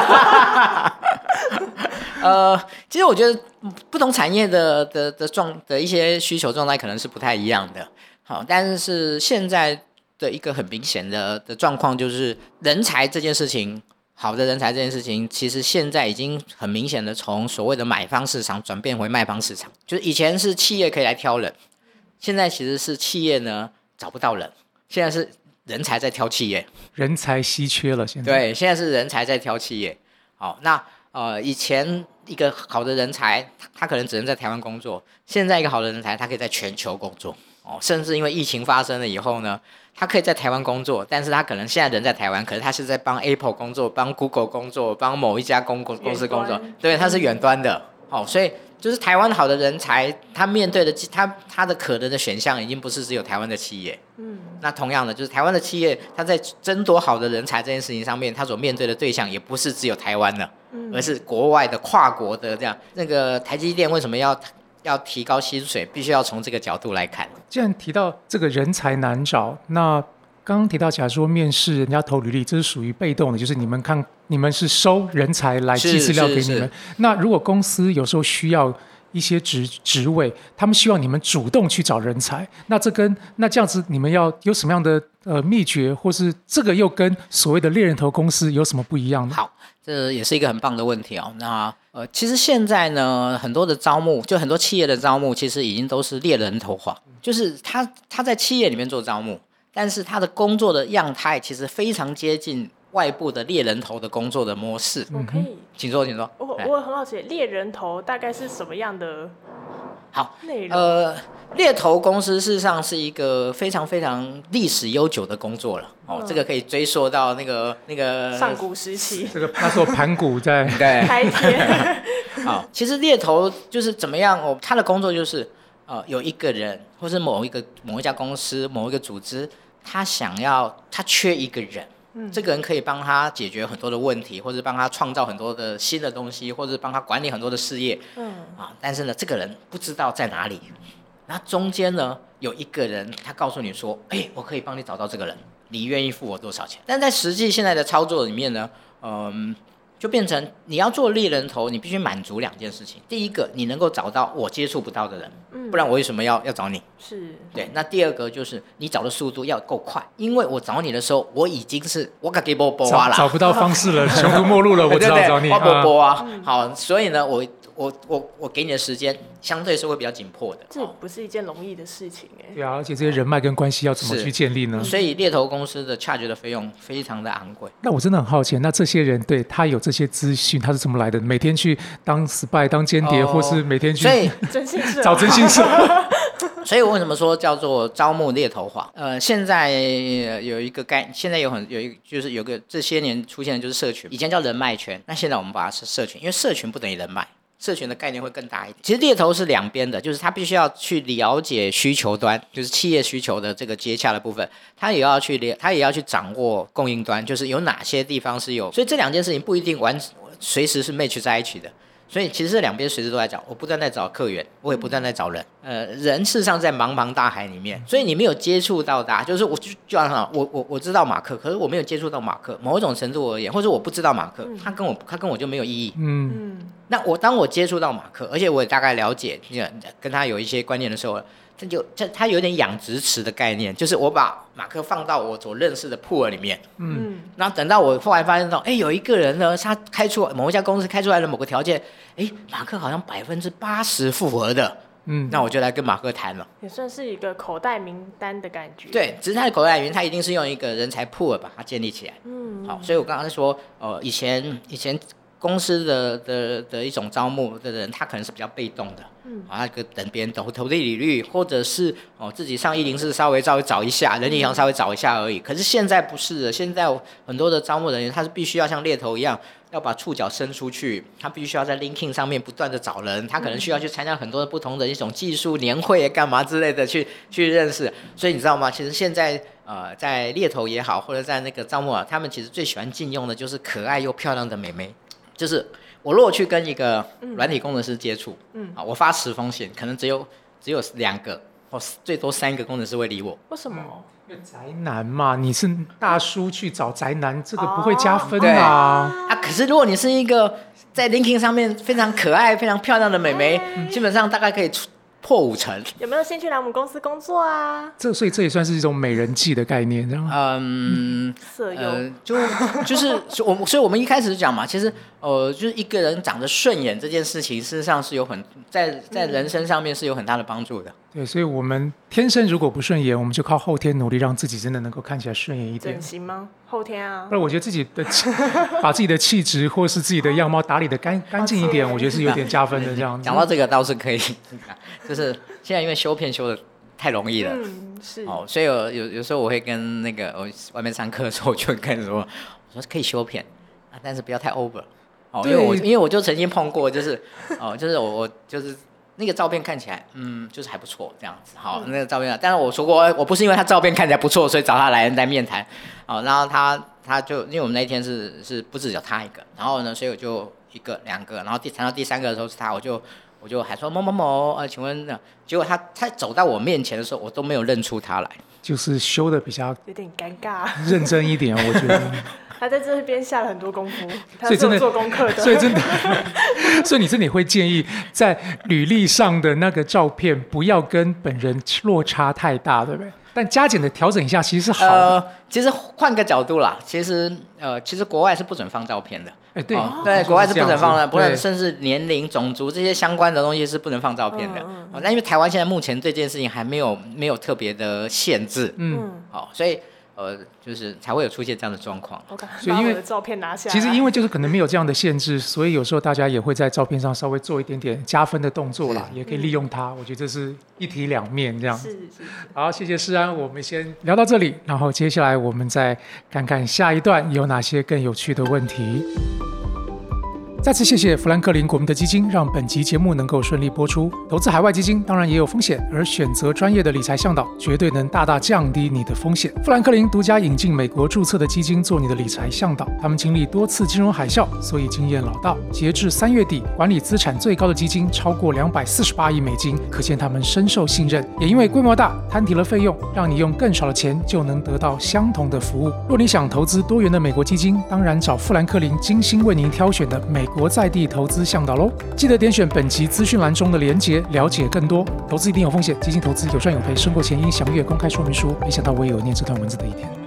S3: 其实我觉得不同产业的一些需求状态可能是不太一样的。好，但是现在的一个很明显的状况就是人才这件事情。好的人才这件事情，其实现在已经很明显的从所谓的买方市场转变为卖方市场。就是以前是企业可以来挑人，现在其实是企业呢找不到人，现在是人才在挑企业，
S1: 人才稀缺了。现在
S3: 对，现在是人才在挑企业。好，那以前一个好的人才，他可能只能在台湾工作，现在一个好的人才，他可以在全球工作。甚至因为疫情发生了以后呢，他可以在台湾工作，但是他可能现在人在台湾，可是他是在帮 Apple 工作，帮 Google 工作，帮某一家公司工作，对，他是远端的。所以就是台湾好的人才，他面对的他的可能的选项已经不是只有台湾的企业。那同样的，就是台湾的企业，他在争夺好的人才这件事情上面，他所面对的对象也不是只有台湾的，而是国外的跨国的这样。那个台积电为什么要提高薪水，必须要从这个角度来看。
S1: 既然提到这个人才难找，那刚刚提到，假如说面试人家投履历，这是属于被动的，就是你们是收人才来寄资料给你们。那如果公司有时候需要一些职位，他们希望你们主动去找人才，那这样子你们要有什么样的秘诀，或是这个又跟所谓的猎人头公司有什么不一样呢？
S3: 好，这也是一个很棒的问题哦。那其实现在呢，很多的招募，就很多企业的招募，其实已经都是猎人头化，就是他在企业里面做招募，但是他的工作的样态其实非常接近外部的猎人头的工作的模式。
S2: 我可以，
S3: 请说。
S2: 我很好奇，猎人头大概是什么样的内容？
S3: 猎头公司事实上是一个非常非常历史悠久的工作了。这个可以追溯到那个
S2: 上古时期。
S1: 这个那时候盘古在
S2: 开天。
S3: 好，其实猎头就是怎么样？他的工作就是有一个人，或是某一家公司、某一个组织，他缺一个人。 这个人可以帮他解决很多的问题，或者帮他创造很多的新的东西，或者帮他管理很多的事业，但是呢，这个人不知道在哪里。那中间呢，有一个人他告诉你说，我可以帮你找到这个人，你愿意付我多少钱？但在实际现在的操作里面呢，就变成你要做猎人头，你必须满足2件事情。第一个，你能够找到我接触不到的人，不然我为什么要找你？
S2: 是，
S3: 对。那第二个就是你找的速度要够快，因为我找你的时候，我已经是我给波波啦，
S1: 找不到方式了，穷途末路了，我知道找你。
S3: 波波啊，好，所以呢，我给你的时间相对是会比较紧迫的，
S2: 这不是一件容易的事情
S1: 对啊，而且这些人脉跟关系要怎么去建立呢？
S3: 所以猎头公司的 charge 的费用非常的昂贵。
S1: 那我真的很好奇，那这些人对他有这些资讯，他是怎么来的？每天去当 spy 当间谍，或是每天去找征信社？
S3: 所以我为什么说叫做招募猎头化？现在有一个现在有一个就是有个这些年出现的就是社群，以前叫人脉圈，那现在我们把它是社群，因为社群不等于人脉。社群的概念会更大一点。其实猎头是2边的，就是他必须要去了解需求端，就是企业需求的这个接洽的部分，他也要去掌握供应端，就是有哪些地方是有，所以这2件事情不一定随时是 match 在一起的。所以其实2边随时都在找，我不断在找客源，我也不断在找人。人事实上在茫茫大海里面，所以你没有接触到的，就是就好像我知道马克，可是我没有接触到马克，某一种程度而言，或者我不知道马克，他跟我就没有意义。那当我接触到马克，而且我也大概了解，跟他有一些观念的时候，他有点养殖池的概念，就是我把马克放到我所认识的pool里面，然后等到我后来发现到，有一个人呢，他某一家公司开出来的某个条件，马克好像80%符合的，那我就来跟马克谈了，
S2: 也算是一个口袋名单的感觉。
S3: 对，只是他的口袋名单，他一定是用一个人才pool把它建立起来。好，所以我刚刚说，以前公司的一种招募的人，他可能是比较被动的，他等别人投递履历，或者是自己上104稍微找一下，人力银行稍微找一下而已。可是现在不是的，现在很多的招募人员，他是必须要像猎头一样，要把触角伸出去，他必须要在 LinkedIn 上面不断的找人，他可能需要去参加很多不同的一种技术年会干嘛之类的去认识。所以你知道吗？其实现在在猎头也好，或者在那个招募啊，他们其实最喜欢禁用的就是可爱又漂亮的美眉。就是我如果去跟一个软体工程师接触，我发10封信，可能只有2个或最多3个工程师会理我。
S2: 为什么？
S1: 因为宅男嘛，你是大叔去找宅男，这个不会加分啊。
S3: 可是如果你是一个在 LinkedIn 上面非常可爱、非常漂亮的美眉，基本上大概可以破50%。有
S2: 没有兴趣来我们公司工作啊？
S1: 所以这也算是一种美人计的概念，这样。
S2: 色诱。
S3: 就是所以我们一开始就讲嘛，其实就是一个人长得顺眼这件事情，事实上是有在人生上面是有很大的帮助的。
S1: 对，所以我们天生如果不顺眼，我们就靠后天努力，让自己真的能够看起来顺眼一点。
S2: 整形吗？后天啊？
S1: 不然我觉得把自己的气质或是自己的样貌打理的干净一点，我觉得是有点加分的这样子。
S3: 讲到这个倒是可以，就是现在因为修片修的太容易了，
S2: 是
S3: 所以有时候我会跟那个我外面上课的时候，我就会跟人说，我说可以修片但是不要太 over。因为我就曾经碰过，就是我就是那个照片看起来，就是还不错这样子。好，那个照片，但是我说过，我不是因为他照片看起来不错，所以找他来面谈。然后他就因为我们那一天是不只有他一个，然后呢，所以我就1个2个，然后谈到第3个的时候是他，我就还说某某某，请问，结果他走到我面前的时候，我都没有认出他来，
S1: 就是修的比较
S2: 有点尴尬，
S1: 认真一点，我觉得。
S2: 他在这边下了很多功夫，他是有做功课的，
S1: 所以你真的会建议在履历上的那个照片不要跟本人落差太大，对不对？但加减的调整一下其实是好的。
S3: 其实换个角度啦，其实国外是不准放照片的。
S1: 对，
S3: 国外是不准放的，不然甚至年龄、种族这些相关的东西是不能放照片的。那因为台湾现在目前对这件事情还没有特别的限制，所以就是才会有出现这样的状况。
S2: 所以因为把我的照片拿下来，
S1: 其实因为就是可能没有这样的限制，所以有时候大家也会在照片上稍微做一点点加分的动作啦，也可以利用它。我觉得这是一体两面这样。
S2: 是。
S1: 好，谢谢诗安，我们先聊到这里，然后接下来我们再看看下一段有哪些更有趣的问题。 再次谢谢富兰克林国民的基金，让本集节目能够顺利播出。投资海外基金当然也有风险，而选择专业的理财向导，绝对能大大降低你的风险。富兰克林独家引进美国注册的基金做你的理财向导，他们经历多次金融海啸，所以经验老道。截至3月底，管理资产最高的基金超过248亿美金，可见他们深受信任。也因为规模大，摊提了费用，让你用更少的钱就能得到相同的服务。若你想投资多元的美国基金，当然找富兰克林精心为您挑选的美国在地投资向导咯。记得点选本集资讯栏中的连结，了解更多。投资一定有风险，基金投资有赚有赔，申购前应详阅公开说明书。没想到我也有念这段文字的一天。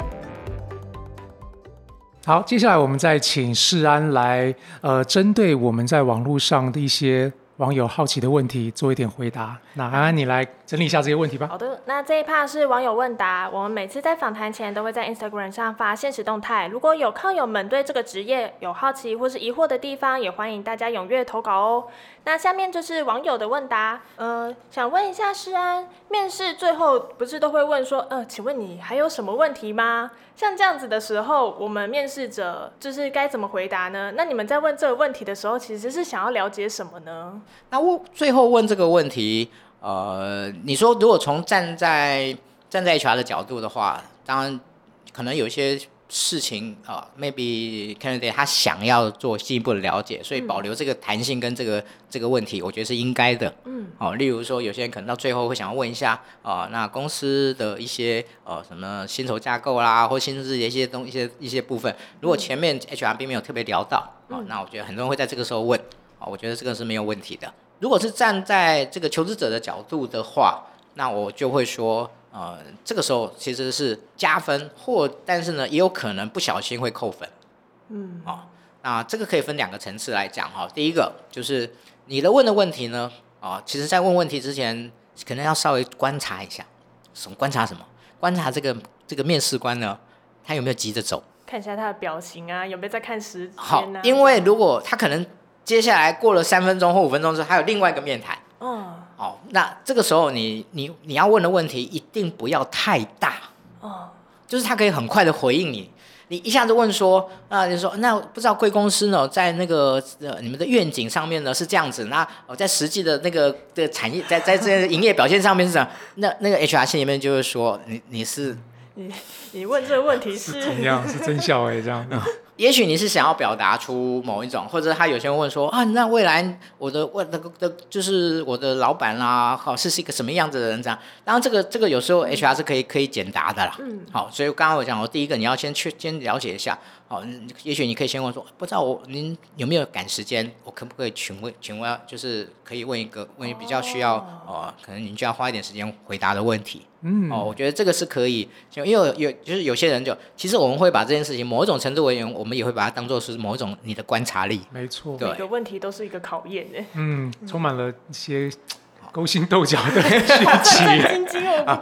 S1: 好，接下来我们再请世安来针对我们在网络上的一些网友好奇的问题做一点回答。那安安，你来整理一下这些问题吧。
S2: 好的，那这一 part 是网友问答。我们每次在访谈前都会在 Instagram 上发限时动态，如果有康友们对这个职业有好奇或是疑惑的地方，也欢迎大家踊跃投稿哦。那下面就是网友的问答，想问一下世安，面试最后不是都会问说，请问你还有什么问题吗？像这样子的时候，我们面试者就是该怎么回答呢？那你们在问这个问题的时候，其实是想要了解什么呢？
S3: 那最后问这个问题，你说如果从站在 HR 的角度的话，当然可能有一些事情maybe candidate 他想要做进一步的了解，所以保留这个弹性跟这个问题，我觉得是应该的。例如说有些人可能到最后会想要问一下那公司的一些什么薪酬架构啦，或薪资的一些部分，如果前面 HR 并没有特别聊到，那我觉得很多人会在这个时候问，我觉得这个是没有问题的。如果是站在这个求职者的角度的话，那我就会说这个时候其实是加分，但是呢也有可能不小心会扣分。那这个可以分2个层次来讲。第一个就是你问的问题呢，其实在问问题之前可能要稍微观察一下。观察什么？观察这个面试官呢，他有没有急着走，
S2: 看一下他的表情啊，有没有在看时间啊。
S3: 好，因为如果他可能接下来过了3分钟或5分钟之后还有另外一个面谈，那这个时候你要问的问题一定不要太大，就是他可以很快的回应你。你一下子问说，你说那不知道贵公司呢，在那个你们的愿景上面呢是这样子，那在实际的那个产业在这个营业表现上面是怎样？那个 HR 心里面就会说，
S2: 你问这个问题是
S1: 怎样？是真笑这样。
S3: 也许你是想要表达出某一种，或者他有些人问说那未来就是我的老板啦，是一个什么样子的人这样。当然这个有时候 HR 是可以简答的啦。好，所以刚刚我讲，第一个你要先了解一下。也许你可以先问说，不知道您有没有赶时间，我可不可以请问，就是可以问比较需要可能您就要花一点时间回答的问题。我觉得这个是可以，因为就是有些人其实我们会把这件事情某一种程度而言，我们也会把它当作是某一种你的观察力。
S1: 没错，
S2: 每个问题都是一个考验。
S1: 充满了一些勾心斗角的讯息。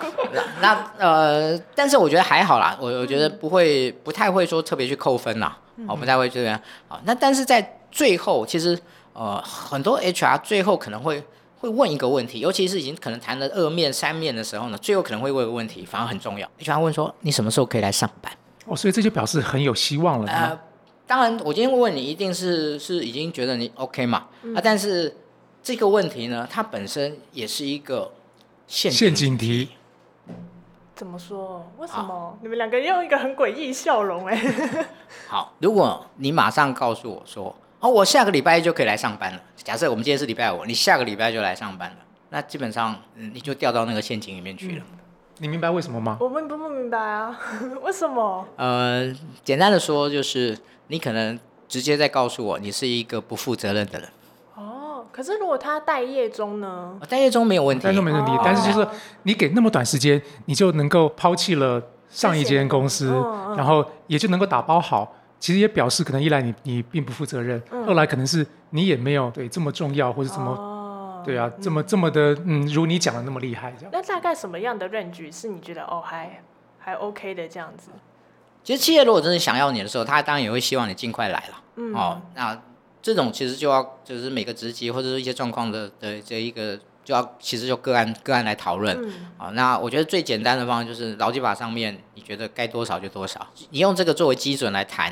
S3: 但是我觉得还好啦，我觉得不太会说特别去扣分啦，不太会这样。那但是在最后，其实很多 HR 最后可能会问一个问题，尤其是已经可能谈了2面3面的时候呢，最后可能会问一个问题，反而很重要。HR 问说你什么时候可以来上班？
S1: 所以这就表示很有希望了。
S3: 当然我今天问你一定是已经觉得你 OK 嘛，但是这个问题呢，它本身也是一个陷阱题。
S2: 怎么说？为什么？你们2个用一个很诡异笑容
S3: 好，如果你马上告诉我说我下个礼拜就可以来上班了，假设我们今天是礼拜5，你下个礼拜就来上班了，那基本上你就掉到那个陷阱里面去了。
S1: 你明白为什么吗？
S2: 我们不明白啊。为什么？
S3: 简单的说就是你可能直接在告诉我你是一个不负责任的人。
S2: 可是如果他待业中呢？
S3: 待业中没有问题，
S1: 待业中没问题，但是就是你给那么短时间，你就能够抛弃了上一间公司，然后也就能够打包好。其实也表示可能一来你并不负责任，二来可能是你也没有这么重要，或者怎么这么的如你讲的那么厉害这样。
S2: 那大概什么样的range是你觉得还 OK 的这样子？
S3: 其实企业如果真的想要你的时候，他当然也会希望你尽快来了。那这种其实就是每个职级或者是一些状况的这一个其实就个案来讨论。那我觉得最简单的方法就是劳基法上面你觉得该多少就多少，你用这个作为基准来谈。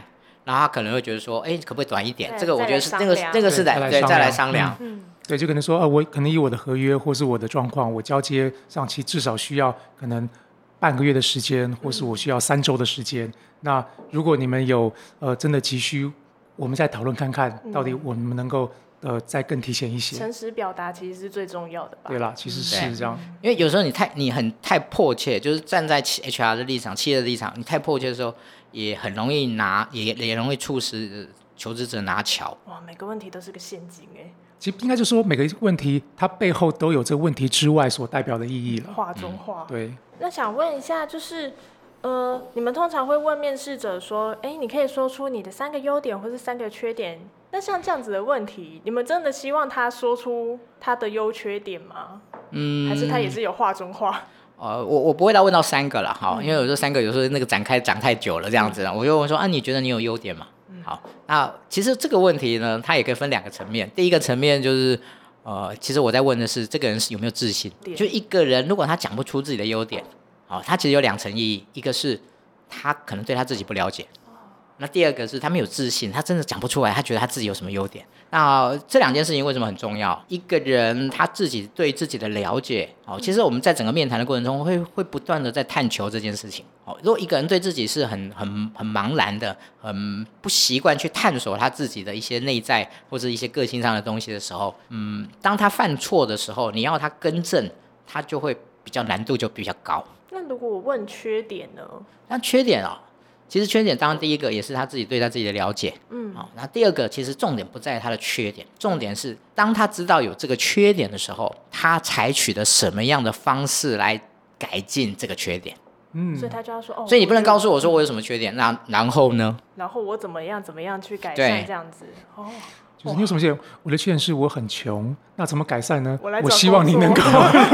S3: 然后他可能会觉得说，哎，可不可以短一点？这个我觉得是那
S2: 个
S3: 是再来商量。
S1: 对，就可能说，我可能以我的合约或是我的状况，我交接上期至少需要可能半个月的时间，或是我需要3周的时间。那如果你们有真的急需，我们再讨论看看，到底我们能够再更提前一些。
S2: 诚实表达其实是最重要的吧？
S1: 对啦，其实是这样。
S3: 因为有时候你太迫切，就是站在 HR 的立场、企业的立场，你太迫切的时候，也很容易也容易促使求职者拿巧。
S2: 哇，每个问题都是个陷阱哎。
S1: 其实应该就说每个问题它背后都有这个问题之外所代表的意义了。
S2: 话中话。
S1: 对。
S2: 那想问一下，就是你们通常会问面试者说，你可以说出你的3个优点或是3个缺点。那像这样子的问题，你们真的希望他说出他的优缺点吗？还是他也是有话中话？
S3: 我不会到问到3个了哈，因为有时候3个有时候那个展开讲太久了这样子，我就问说你觉得你有优点吗？好，那其实这个问题呢，它也可以分2个层面。第一个层面就是其实我在问的是这个人有没有自信。就一个人如果他讲不出自己的优点，他其实有2层意义，一个是他可能对他自己不了解，那第二个是他没有自信，他真的讲不出来，他觉得他自己有什么优点。那这2件事情为什么很重要？一个人他自己对自己的了解，其实我们在整个面谈的过程中会不断的在探求这件事情。如果一个人对自己是很茫然的，很不习惯去探索他自己的一些内在或是一些个性上的东西的时候，当他犯错的时候，你要他更正，他就会比较难度就比较高。
S2: 那如果我问缺点呢？
S3: 那缺点其实缺点当然第一个也是他自己对他自己的了解，那第二个其实重点不在他的缺点，重点是当他知道有这个缺点的时候，他采取的什么样的方式来改进这个缺点。
S2: 所以他就要说
S3: 所以你不能告诉我说我有什么缺点，那然后呢？
S2: 然后我怎么样去改善这样子。
S1: 就是你有什么缺点？我的缺点是我很穷，那怎么改善呢？
S2: 我
S1: 希望你能够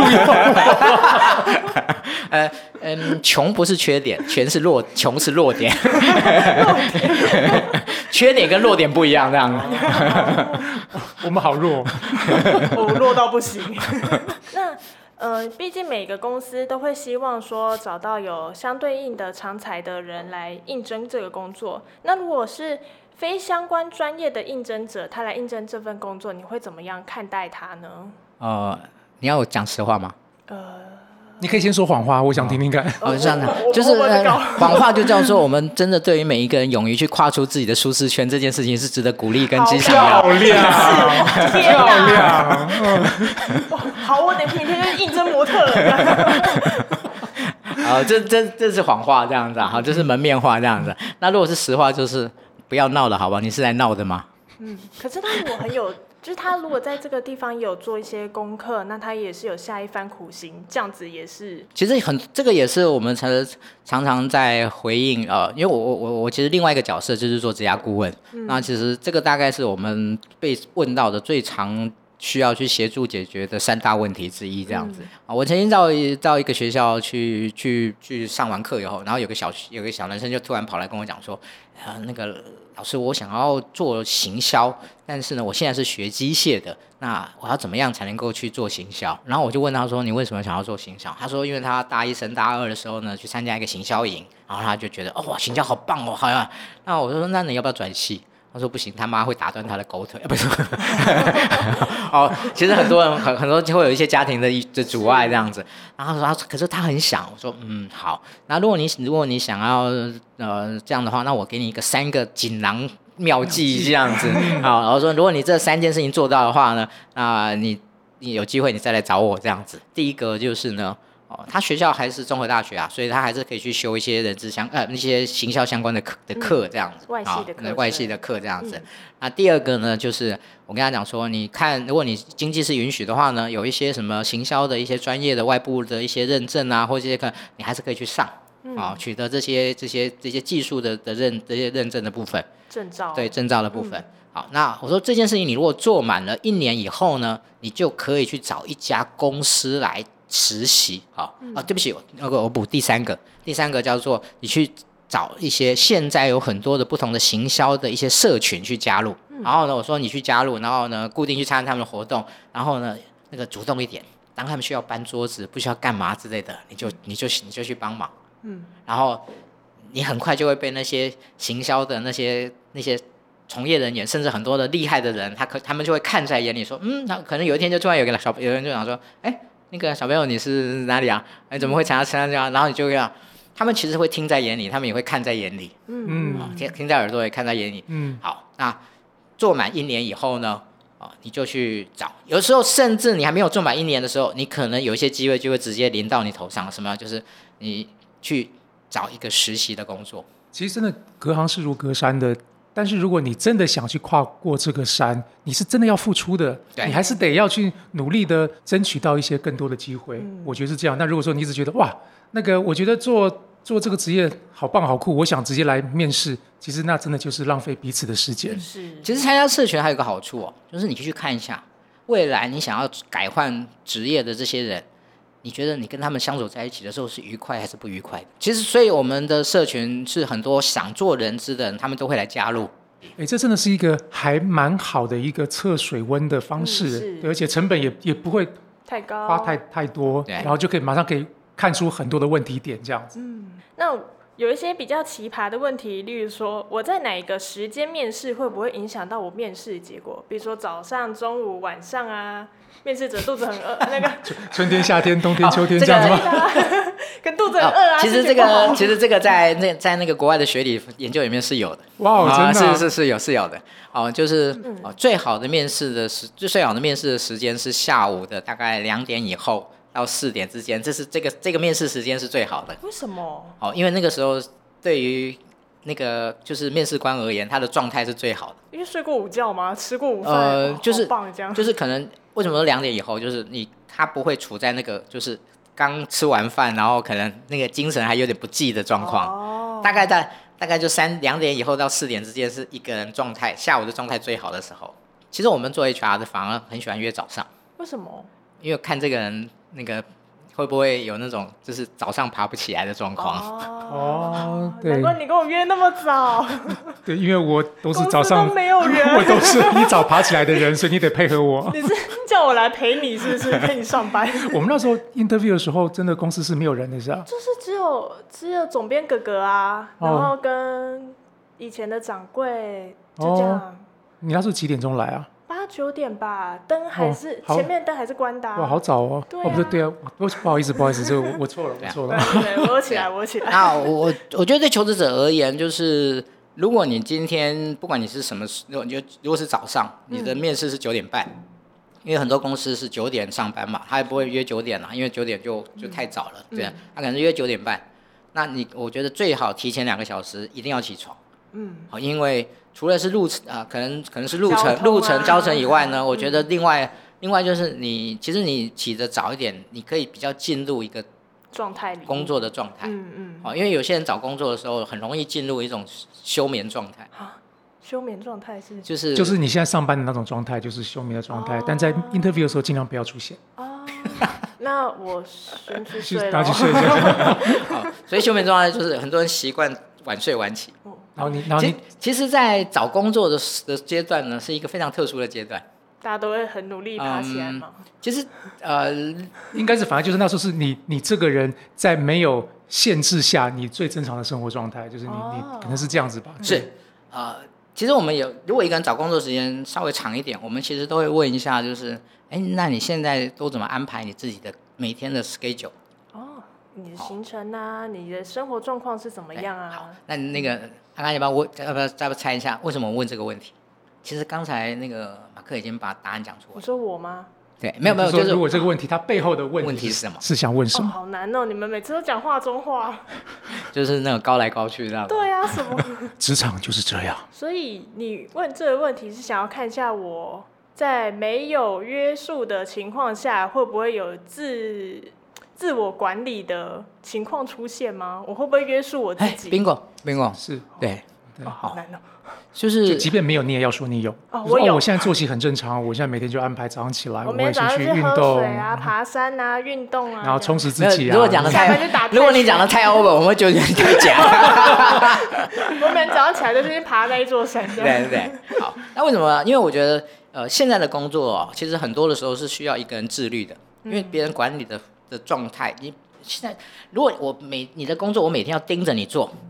S3: 穷不是缺点，穷是弱点。缺点跟弱点不一样，这样。
S1: 我们好弱，
S2: 我弱到不行。那毕竟每个公司都会希望说找到有相对应的长才的人来应征这个工作。那如果是非相关专业的应征者，他来应征这份工作，你会怎么样看待他呢？
S3: 你要讲实话吗？
S1: 你可以先说谎话，我想听听看。
S3: 这样的，就是谎话就叫做我们真的对于每一个人勇于去跨出自己的舒适圈这件事情是值得鼓励跟激赏的。
S1: 漂亮，漂亮。
S2: 好，我等明天就应征模特了。
S3: 这是谎话这样子啊，这是门面话这样子。那如果是实话，就是不要闹了，好吧？你是来闹的吗？
S2: 可是他如果就是他如果在这个地方有做一些功课，那他也是有下一番苦心，这样子也是。
S3: 其实这个也是我们常常在回应因为我其实另外一个角色就是做职涯顾问，那其实这个大概是我们被问到的最常需要去协助解决的3大问题之一，这样子。我曾经到一个学校去上完课以后，然后有个小男生就突然跑来跟我讲说，那个老师，我想要做行销，但是呢，我现在是学机械的，那我要怎么样才能够去做行销？然后我就问他说，你为什么想要做行销？他说，因为他大1升大2的时候呢，去参加一个行销营，然后他就觉得哇，行销好棒哦，好呀。那我说，那你要不要转系？他说不行，他妈会打断他的狗腿，不是。其实很多人很多就会有一些家庭的阻碍这样子。然后他说，可是他很想。我说好。那如果你想要这样的话，那我给你一个3个锦囊妙计这样子。好，然后说如果你这3件事情做到的话呢，那你有机会你再来找我这样子。第一个就是呢。他学校还是综合大学啊，所以他还是可以去修一些那些行销相关的课这样子，外系的课这样子。那第二个呢，就是我跟他讲说，你看，如果你经济是允许的话呢，有一些什么行销的一些专业的外部的一些认证啊，或者这些课，你还是可以去上，取得这些技术的这些认证的部分，
S2: 证照，
S3: 对证照的部分。好，那我说这件事情，你如果做满了1年以后呢，你就可以去找一家公司来实习。对不起，我补第三个叫做你去找一些现在有很多的不同的行销的一些社群去加入。然后呢，我说你去加入，然后呢固定去参加他们的活动，然后呢那个主动一点，当他们需要搬桌子，不需要干嘛之类的，你就去帮忙。然后你很快就会被那些行销的那些那些从业人员，甚至很多的厉害的人，他们就会看在眼里，说，他可能有一天就突然有人就想说，那个小朋友你是哪里啊？怎么会参加这样？然后你就会让他们其实会听在眼里，他们也会看在眼里，听在耳朵也看在眼里。好，那做满1年以后呢，你就去找，有时候甚至你还没有做满1年的时候，你可能有一些机会就会直接临到你头上，什么就是你去找一个实习的工作。
S1: 其实真的隔行是如隔山的，但是如果你真的想去跨过这个山，你是真的要付出的，你还是得要去努力的争取到一些更多的机会。我觉得是这样。那如果说你一直觉得哇，那个我觉得做这个职业好棒好酷，我想直接来面试，其实那真的就是浪费彼此的时间。
S3: 其实参加社群还有一个好处就是你可以去看一下未来你想要改换职业的这些人，你觉得你跟他们相处在一起的时候是愉快还是不愉快的？其实，所以我们的社群是很多想做人资的人，他们都会来加入。
S1: 这真的是一个还蛮好的一个测水温的方式，对，而且成本也不会
S2: 太高，
S1: 花太多，然后就马上可以看出很多的问题点，这样子。
S2: 那有一些比较奇葩的问题，例如说我在哪一个时间面试会不会影响到我面试的结果？比如说早上、中午、晚上啊。面试者肚子很饿，那个
S1: 春天、夏天、冬天、秋天这样子吗？
S2: 跟肚子很饿啊。
S3: 其实这个在那个国外的学理研究里面是有的。
S1: 哇，真的
S3: 是有的。就是最好的面试的时间是下午的大概2点以后到4点之间，这个面试时间是最好的。
S2: 为什么？
S3: 因为那个时候对于那个就是面试官而言，他的状态是最好的。
S2: 因为睡过午觉吗？吃过午饭？
S3: 就是可能为什么2点以后，就是他不会处在那个就是刚吃完饭，然后可能那个精神还有点不济的状况。大概就2点以后到4点之间是一个人状态，下午的状态最好的时候。其实我们做 HR 的反而很喜欢约早上。
S2: 为什么？
S3: 因为看这个人那个会不会有那种就是早上爬不起来的状况。
S1: 对，
S2: 难怪你跟我约那么早。
S1: 对，因为我都是早上
S2: 都没有人，
S1: 我都是你早爬起来的人，所以你得配合我。
S2: 你是叫我来陪你，是不是陪你上班？
S1: 我们那时候 interview 的时候，真的公司是没有人的，是吧？
S2: 就是只有总编哥哥啊，然后跟以前的掌柜，就这样。
S1: 你那时候几点钟来啊
S2: ？8、9点吧，灯还是前面灯还是关的。
S1: 哇，好早哦！
S2: 对啊，
S1: 不是，对啊，不好意思，这个我错了。
S2: 对，我起来。
S3: 那我觉得对求职者而言，就是如果你今天不管你是什么，如果是早上，你的面试是9点半，因为很多公司是9点上班嘛，他也不会约9点啦，因为9点就太早了，对，他可能约9点半。那我觉得最好提前2个小时一定要起床。因为除了是可能是路程交程以外呢，我觉得另外就是其实你起得早一点，你可以比较进入一个
S2: 状态里，
S3: 工作的状态。因为有些人找工作的时候很容易进入一种休眠状态。
S2: 休眠状态是
S1: 就是你现在上班的那种状态，就是休眠的状态，但在 interview 的时候尽量不要出现。
S2: 那我先去睡了。
S1: 拿去睡一下。
S3: 所以休眠状态就是很多人习惯晚睡晚起。
S1: 然后你
S3: 其实在找工作的阶段呢，是一个非常特殊的阶段。
S2: 大家都会很努力爬起来嘛。
S3: 其实
S1: 应该是反而就是那时候是你这个人在没有限制下，你最正常的生活状态，就是你可能是这样子吧。
S3: 是其实我们如果一个人找工作时间稍微长一点，我们其实都会问一下，就是那你现在都怎么安排你自己的每天的 schedule？
S2: 你的行程啊，你的生活状况是怎么样啊？
S3: 好，那那个刚刚要不要再猜一下为什么我问这个问题？其实刚才那个马克已经把答案讲出来。
S2: 你说我吗？
S3: 对，没有，就是
S1: 如果这个问题它背后的问题
S3: 是什么？
S1: 是想问什么？
S2: 好难哦！你们每次都讲话中话，
S3: 就是那种高来高去这样。
S2: 对啊，什么？
S1: 职场就是这样。
S2: 所以你问这个问题是想要看一下我在没有约束的情况下，会不会有自我管理的情况出现吗？我会不会约束我自己
S3: ？bingo，
S1: 是，
S3: 对，
S2: 好难哦。
S1: 就即便没有，你也要说你有。我现在作息很正常，我现在每天就安排早上起来，我会先去运动
S2: 水啊、爬山啊、运动啊，
S1: 然后充实自己啊。
S3: 如果你讲的太 over， 我们会觉得你太假。
S2: 我每天早上起来都先爬那一座山。
S3: 对，好。那为什么？因为我觉得现在的工作其实很多的时候是需要一个人自律的，因为别人管理的状态，你现在如果你的工作我每天要盯着你做，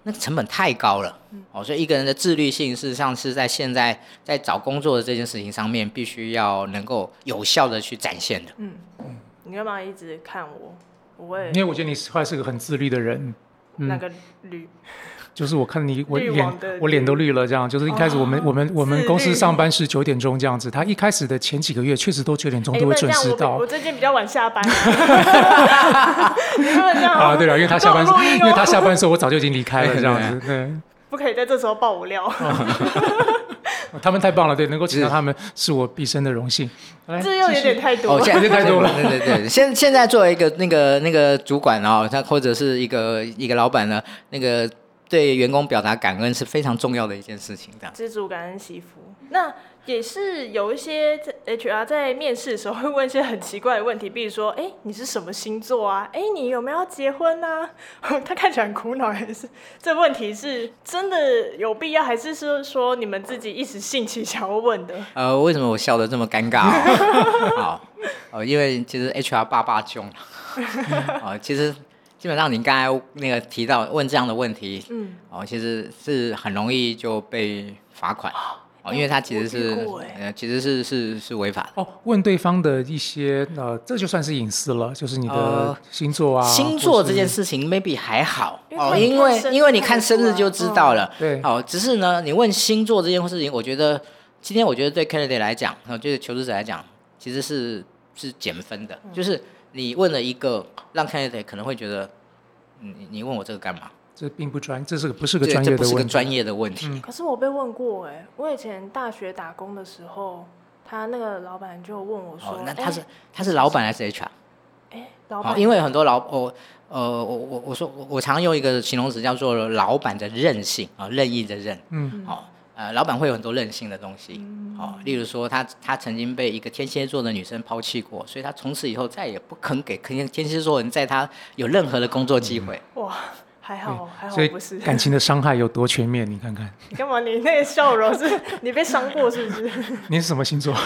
S3: 那个成本太高了。所以一个人的自律性事实上是在现在在找工作的这件事情上面，必须要能够有效的去展现的。
S2: 你干嘛一直看我？我会，
S1: 因为我觉得你后来是个很自律的人。
S2: 那个绿？
S1: 就是我看你，我脸都绿了，这样。就是一开始我们公司上班是9点钟这样子，他一开始的前几个月确实都9点钟都会准时到。
S2: 我最近比较晚下班。你不能这样
S1: 啊？对了，因为他下班的时候我早就已经离开了，这样子。对，
S2: 不可以在这时候爆我料。
S1: 他们太棒了，对，能够请到他们是我毕生的荣幸。
S2: 这又有点太多了，
S1: 现在太多了。
S3: 对，现在作为一个那个主管他或者是一个老板呢，那个对员工表达感恩是非常重要的一件事情。这样，
S2: 知足感恩惜福。那也是有一些 HR 在面试的时候会问一些很奇怪的问题，比如说，你是什么星座啊？你有没有要结婚啊？他看起来很苦恼，还是这问题是真的有必要，还是说你们自己一时兴起想要问的？
S3: 为什么我笑得这么尴尬？因为其实 HR 爸囧了。其实基本上你刚才那个提到问这样的问题，其实是很容易就被罚款。因为它其实是违法的。
S1: 问对方的一些这就算是隐私了，就是你的星座啊。
S3: 星座这件事情 maybe 还好因为你看生日就知道了。
S1: 对。
S3: 只是呢，你问星座这件事情，我觉得今天对 candidate 来讲，就是求职者来讲，其实是减分的。就是你问了一个让 candidate 可能会觉得，你问我这个干嘛？
S1: 这并不这是不是个专业的问题，
S3: 这不是个专业的问题。
S2: 可是我被问过我以前大学打工的时候，他那个老板就问我说，
S3: 那他是老板还是 HR？
S2: 老板。
S3: 因为很多我说我常用一个形容词叫做老板的韧性任意的韧。老板会有很多任性的东西。例如说他曾经被一个天蝎座的女生抛弃过，所以他从此以后再也不肯给天蝎座人在他有任何的工作机会。
S2: 哇。还好不是。
S1: 感情的伤害有多全面？你看看。
S2: 你干嘛？你那个笑容是你被伤过是不是？
S1: 你是什么星座？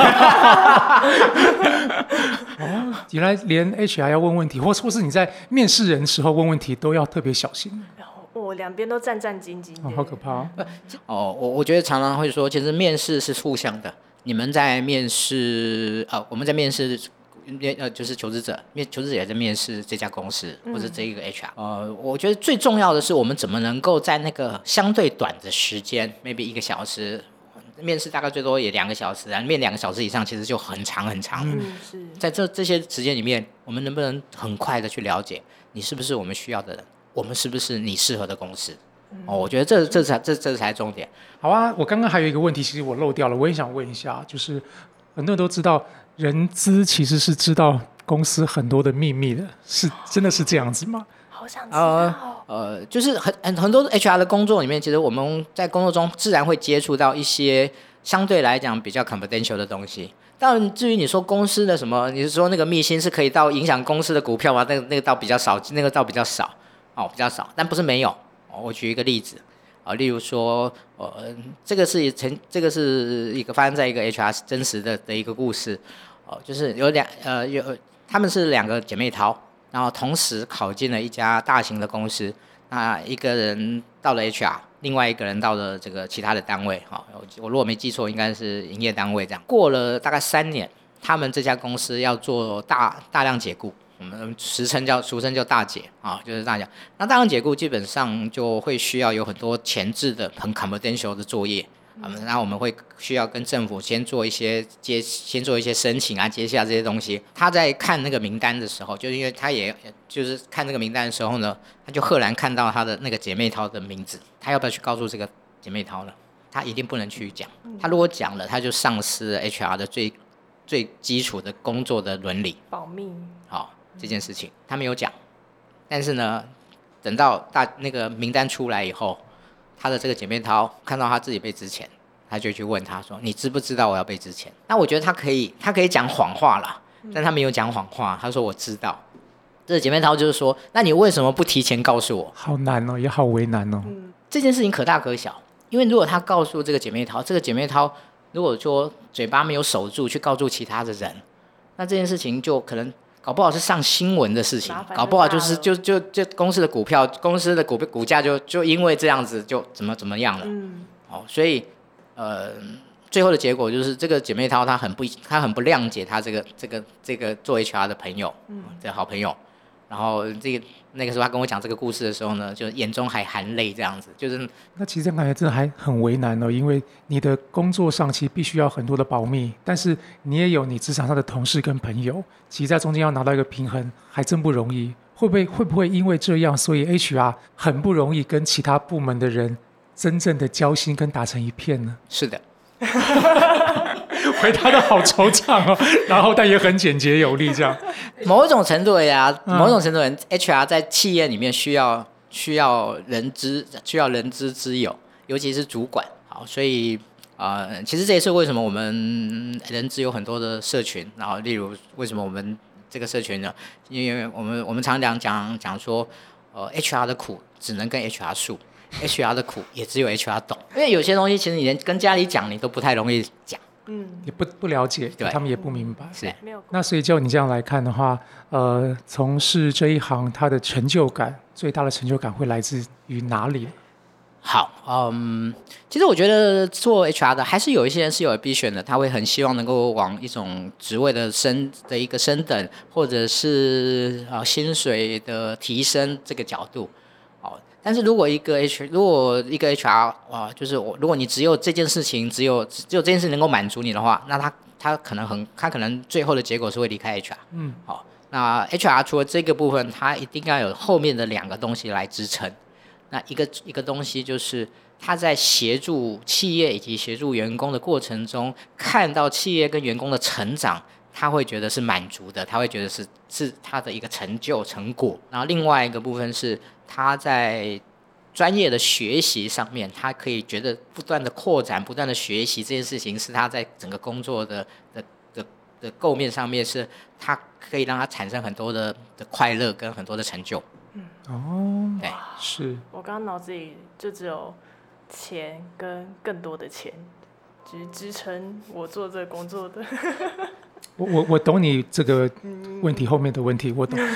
S1: 原来连 HR 要问问题，或是你在面试人的时候问问题都要特别小心。
S2: 我两边都战兢兢。
S1: 好可怕。
S3: 我觉得常常会说，其实面试是互相的。你们在面试我们在面试。就是求职者也在面试这家公司或者这一个 HR。我觉得最重要的是我们怎么能够在那个相对短的时间 ，maybe 1个小时，面试大概最多也2个小时，面2个小时以上其实就很长很长。在这些时间里面，我们能不能很快的去了解你是不是我们需要的人，我们是不是你适合的公司？我觉得这才重点。
S1: 好啊，我刚刚还有一个问题，其实我漏掉了，我也想问一下，就是很多人都知道。人资其实是知道公司很多的秘密的，真的是这样子吗？
S2: 好想知道。
S3: 就是很多 HR 的工作里面，其实我们在工作中自然会接触到一些相对来讲比较 confidential 的东西。当然，至于你说公司的什么，你是说那个秘辛是可以到影响公司的股票吗？那个倒比较少，比较少，但不是没有。我举一个例子。例如说，这个是一个发生在一个 HR 真实的一个故事。就是他们是2个姐妹淘，然后同时考进了一家大型的公司。那一个人到了 HR， 另外一个人到了这个其他的单位。我如果没记错，应该是营业单位这样。过了大概3年，他们这家公司要做大量解雇。我们俗称叫大解就是大解。那大量解雇基本上就会需要有很多前置的很 confidential 的作业。然后我们会需要跟政府先做一些申请啊，接下这些东西。他在看那个名单的时候，就因为他也就是看那个名单的时候呢，他就赫然看到他的那个姐妹淘的名字。他要不要去告诉这个姐妹淘呢？他一定不能去讲。他如果讲了，他就丧失了 HR 的最基础的工作的伦理，
S2: 保密。
S3: 这件事情他没有讲。但是呢，等到那个名单出来以后，他的这个姐妹淘看到他自己被资遣，他就去问他说：“你知不知道我要被资遣？”那我觉得他可以讲谎话啦，但他没有讲谎话。他说：“我知道。”这个姐妹淘就是说：“那你为什么不提前告诉我？”
S1: 好难哦，也好为难哦。
S3: 这件事情可大可小，因为如果他告诉这个姐妹淘，这个姐妹淘如果说嘴巴没有守住去告诉其他的人，那这件事情就可能搞不好是上新闻的事情，搞不好就是就公司的股票，公司的股价就因为这样子就怎么样了。所以最后的结果就是这个姐妹淘她很不谅解她这个做 HR 的朋友，这个好朋友。然后那个时候他跟我讲这个故事的时候呢，就眼中还含泪这样子，就是
S1: 那其实这样感觉真的还很为难哦，因为你的工作上其实必须要很多的保密，但是你也有你职场上的同事跟朋友，其实在中间要拿到一个平衡还真不容易。会不会因为这样，所以 HR 很不容易跟其他部门的人真正的交心跟打成一片呢？
S3: 是的。
S1: 回答的好惆怅哦，然后但也很简洁有力，这样。
S3: 某一种程度HR 在企业里面需要人资之友，尤其是主管。好，所以其实这也是为什么我们人资有很多的社群，然后例如为什么我们这个社群呢？因为我们常讲说HR 的苦只能跟 HR 诉。HR 的苦也只有 HR 懂，因为有些东西其实你连跟家里讲你都不太容易讲，
S1: 也不了解，他们也不明白。
S3: 是，
S1: 那所以就你这样来看的话，从事这一行，它的成就感最大的成就感会来自于哪里？
S3: 好，其实我觉得做 HR 的还是有一些人是有 ambition 的，他会很希望能够往一种职位的一个升等，或者是薪水的提升这个角度。但是如果一个 HR 就是如果你只有这件事情，只有这件事能够满足你的话，那他可能最后的结果是会离开 HR。好，那 HR 除了这个部分，他一定要有后面的2个东西来支撑。那一个东西就是他在协助企业以及协助员工的过程中，看到企业跟员工的成长，他会觉得是满足的，他会觉得是他的一个成就成果。然后另外一个部分是他在专业的学习上面，他可以觉得不断的扩展、不断的学习这件事情，是他在整个工作的构面上面，是他可以让他产生很多的快乐跟很多的成就。对，
S1: 是
S2: 我刚刚脑子里就只有钱跟更多的钱，就是支撑我做这个工作的。
S1: 我懂你这个问题后面的问题，我懂。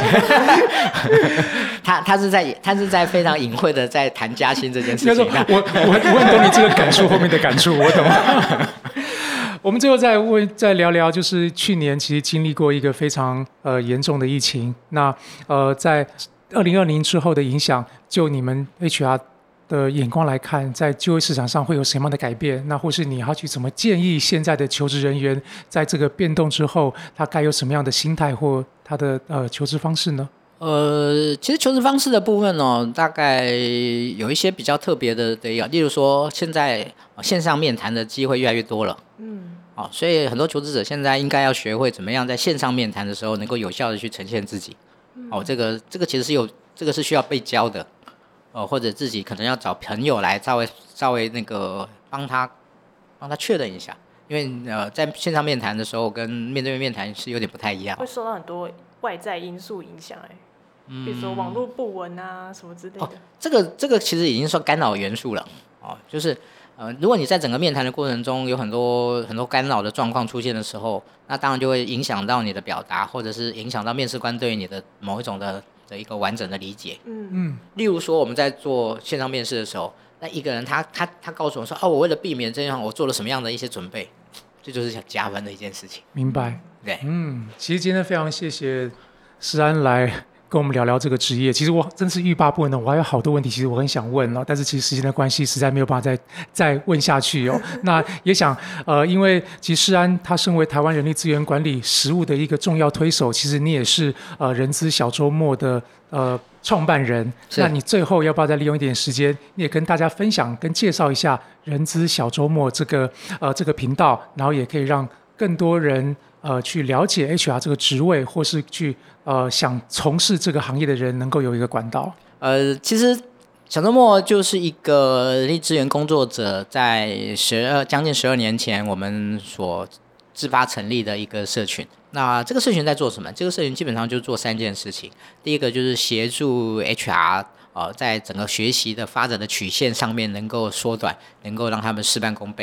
S3: 他是在非常隐晦的在谈加薪这件事情。
S1: 我很懂你这个感触后面的感触，我懂。我们最后再聊聊，就是去年其实经历过一个非常严重的疫情，那在2020之后的影响，就你们 HR 的眼光来看，在就业市场上会有什么样的改变？那或是你要去怎么建议现在的求职人员，在这个变动之后，他该有什么样的心态或他的求职方式呢？
S3: 其实求职方式的部分大概有一些比较特别的例如说现在线上面谈的机会越来越多了，所以很多求职者现在应该要学会怎么样在线上面谈的时候能够有效的去呈现自己。这个其实这个是需要被教的，或者自己可能要找朋友来稍微那个帮他确认一下，因为在线上面谈的时候跟面对面谈是有点不太一样，
S2: 会受到很多外在因素影响，比如说网络不稳啊什么之类的。
S3: 这个其实已经算干扰元素了，就是如果你在整个面谈的过程中有很多干扰的状况出现的时候，那当然就会影响到你的表达，或者是影响到面试官对你的某一种的一个完整的理解。例如说我们在做线上面试的时候，那一个人他告诉我说，我为了避免这样，我做了什么样的一些准备，这就是想加分的一件事情。
S1: 明白。
S3: 对，
S1: 其实今天非常谢谢诗安来跟我们聊聊这个职业。其实我真是欲罢不能的，我还有好多问题，其实我很想问但是其实时间的关系，实在没有办法再问下去那也想因为其实诗安他身为台湾人力资源管理实务的一个重要推手，其实你也是人资小周末的创办人。那你最后要不要再利用一点时间，你也跟大家分享跟介绍一下人资小周末这个频道，然后也可以让更多人去了解 HR 这个职位，或是去想从事这个行业的人能够有一个管道。
S3: 其实小周末就是一个人力资源工作者在将近12年前我们所自发成立的一个社群。那这个社群在做什么？这个社群基本上就做3件事情。第一个就是协助 HR在整个学习的发展的曲线上面能够缩短，能够让他们事半功倍。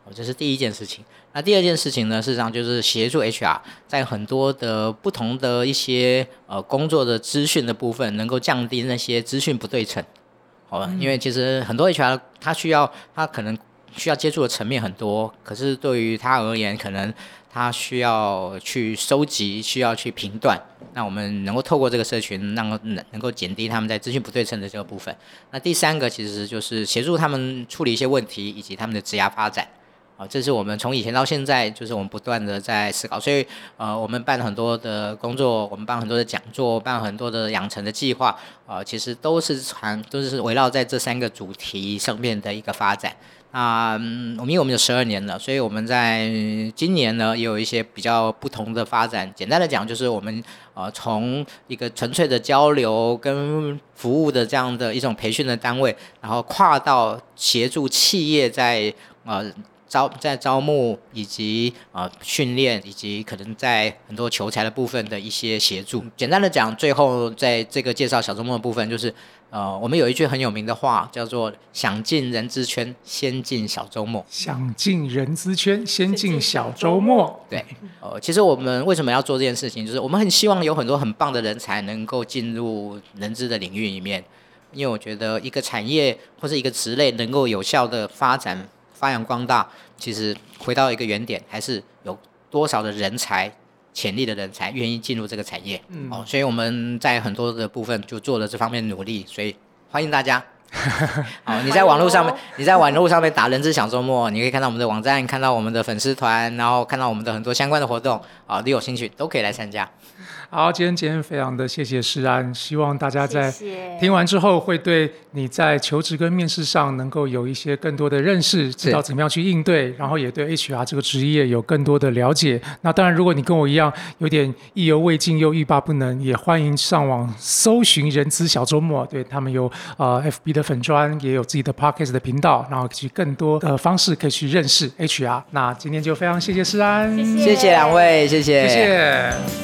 S3: 这是第一件事情。那第二件事情呢，事实上就是协助 HR 在很多的不同的一些工作的资讯的部分，能够降低那些资讯不对称。因为其实很多 HR 他可能需要接触的层面很多，可是对于他而言，可能他需要去收集，需要去评断。那我们能够透过这个社群，能够减低他们在资讯不对称的这个部分。那第三个其实就是协助他们处理一些问题，以及他们的职涯发展。这是我们从以前到现在，就是我们不断的在思考。所以我们办很多的工作，我们办很多的讲座，办很多的养成的计划，其实都是围绕在这3个主题上面的一个发展。因为我们有12年了，所以我们在今年呢也有一些比较不同的发展。简单的讲，就是我们从一个纯粹的交流跟服务的这样的一种培训的单位，然后跨到协助企业在招募以及训练，以及可能在很多求才的部分的一些协助。简单的讲，最后在这个介绍小周末的部分，就是我们有一句很有名的话，叫做“想进人资圈，先进小周末”。
S1: 想进人资圈，先进小周末。
S3: 对，其实我们为什么要做这件事情，就是我们很希望有很多很棒的人才能够进入人资的领域里面，因为我觉得一个产业或是一个职类能够有效的发扬光大，其实回到一个原点，还是有多少的人才，潜力的人才愿意进入这个产业。所以我们在很多的部分就做了这方面的努力，所以欢迎大家。你在网络上面打人资小周末，你可以看到我们的网站，看到我们的粉丝团，然后看到我们的很多相关的活动，你有兴趣都可以来参加。
S1: 好，今天非常的谢谢诗安，希望大家在听完之后会对你在求职跟面试上能够有一些更多的认识，知道怎么样去应对，然后也对 HR 这个职业有更多的了解。那当然，如果你跟我一样有点意犹未尽又欲罢不能，也欢迎上网搜寻人资小周末，对，他们有FB 的粉专，也有自己的 Podcast 的频道，然后去更多的方式可以去认识 HR。那今天就非常谢谢诗安，
S3: 谢谢两位，谢谢。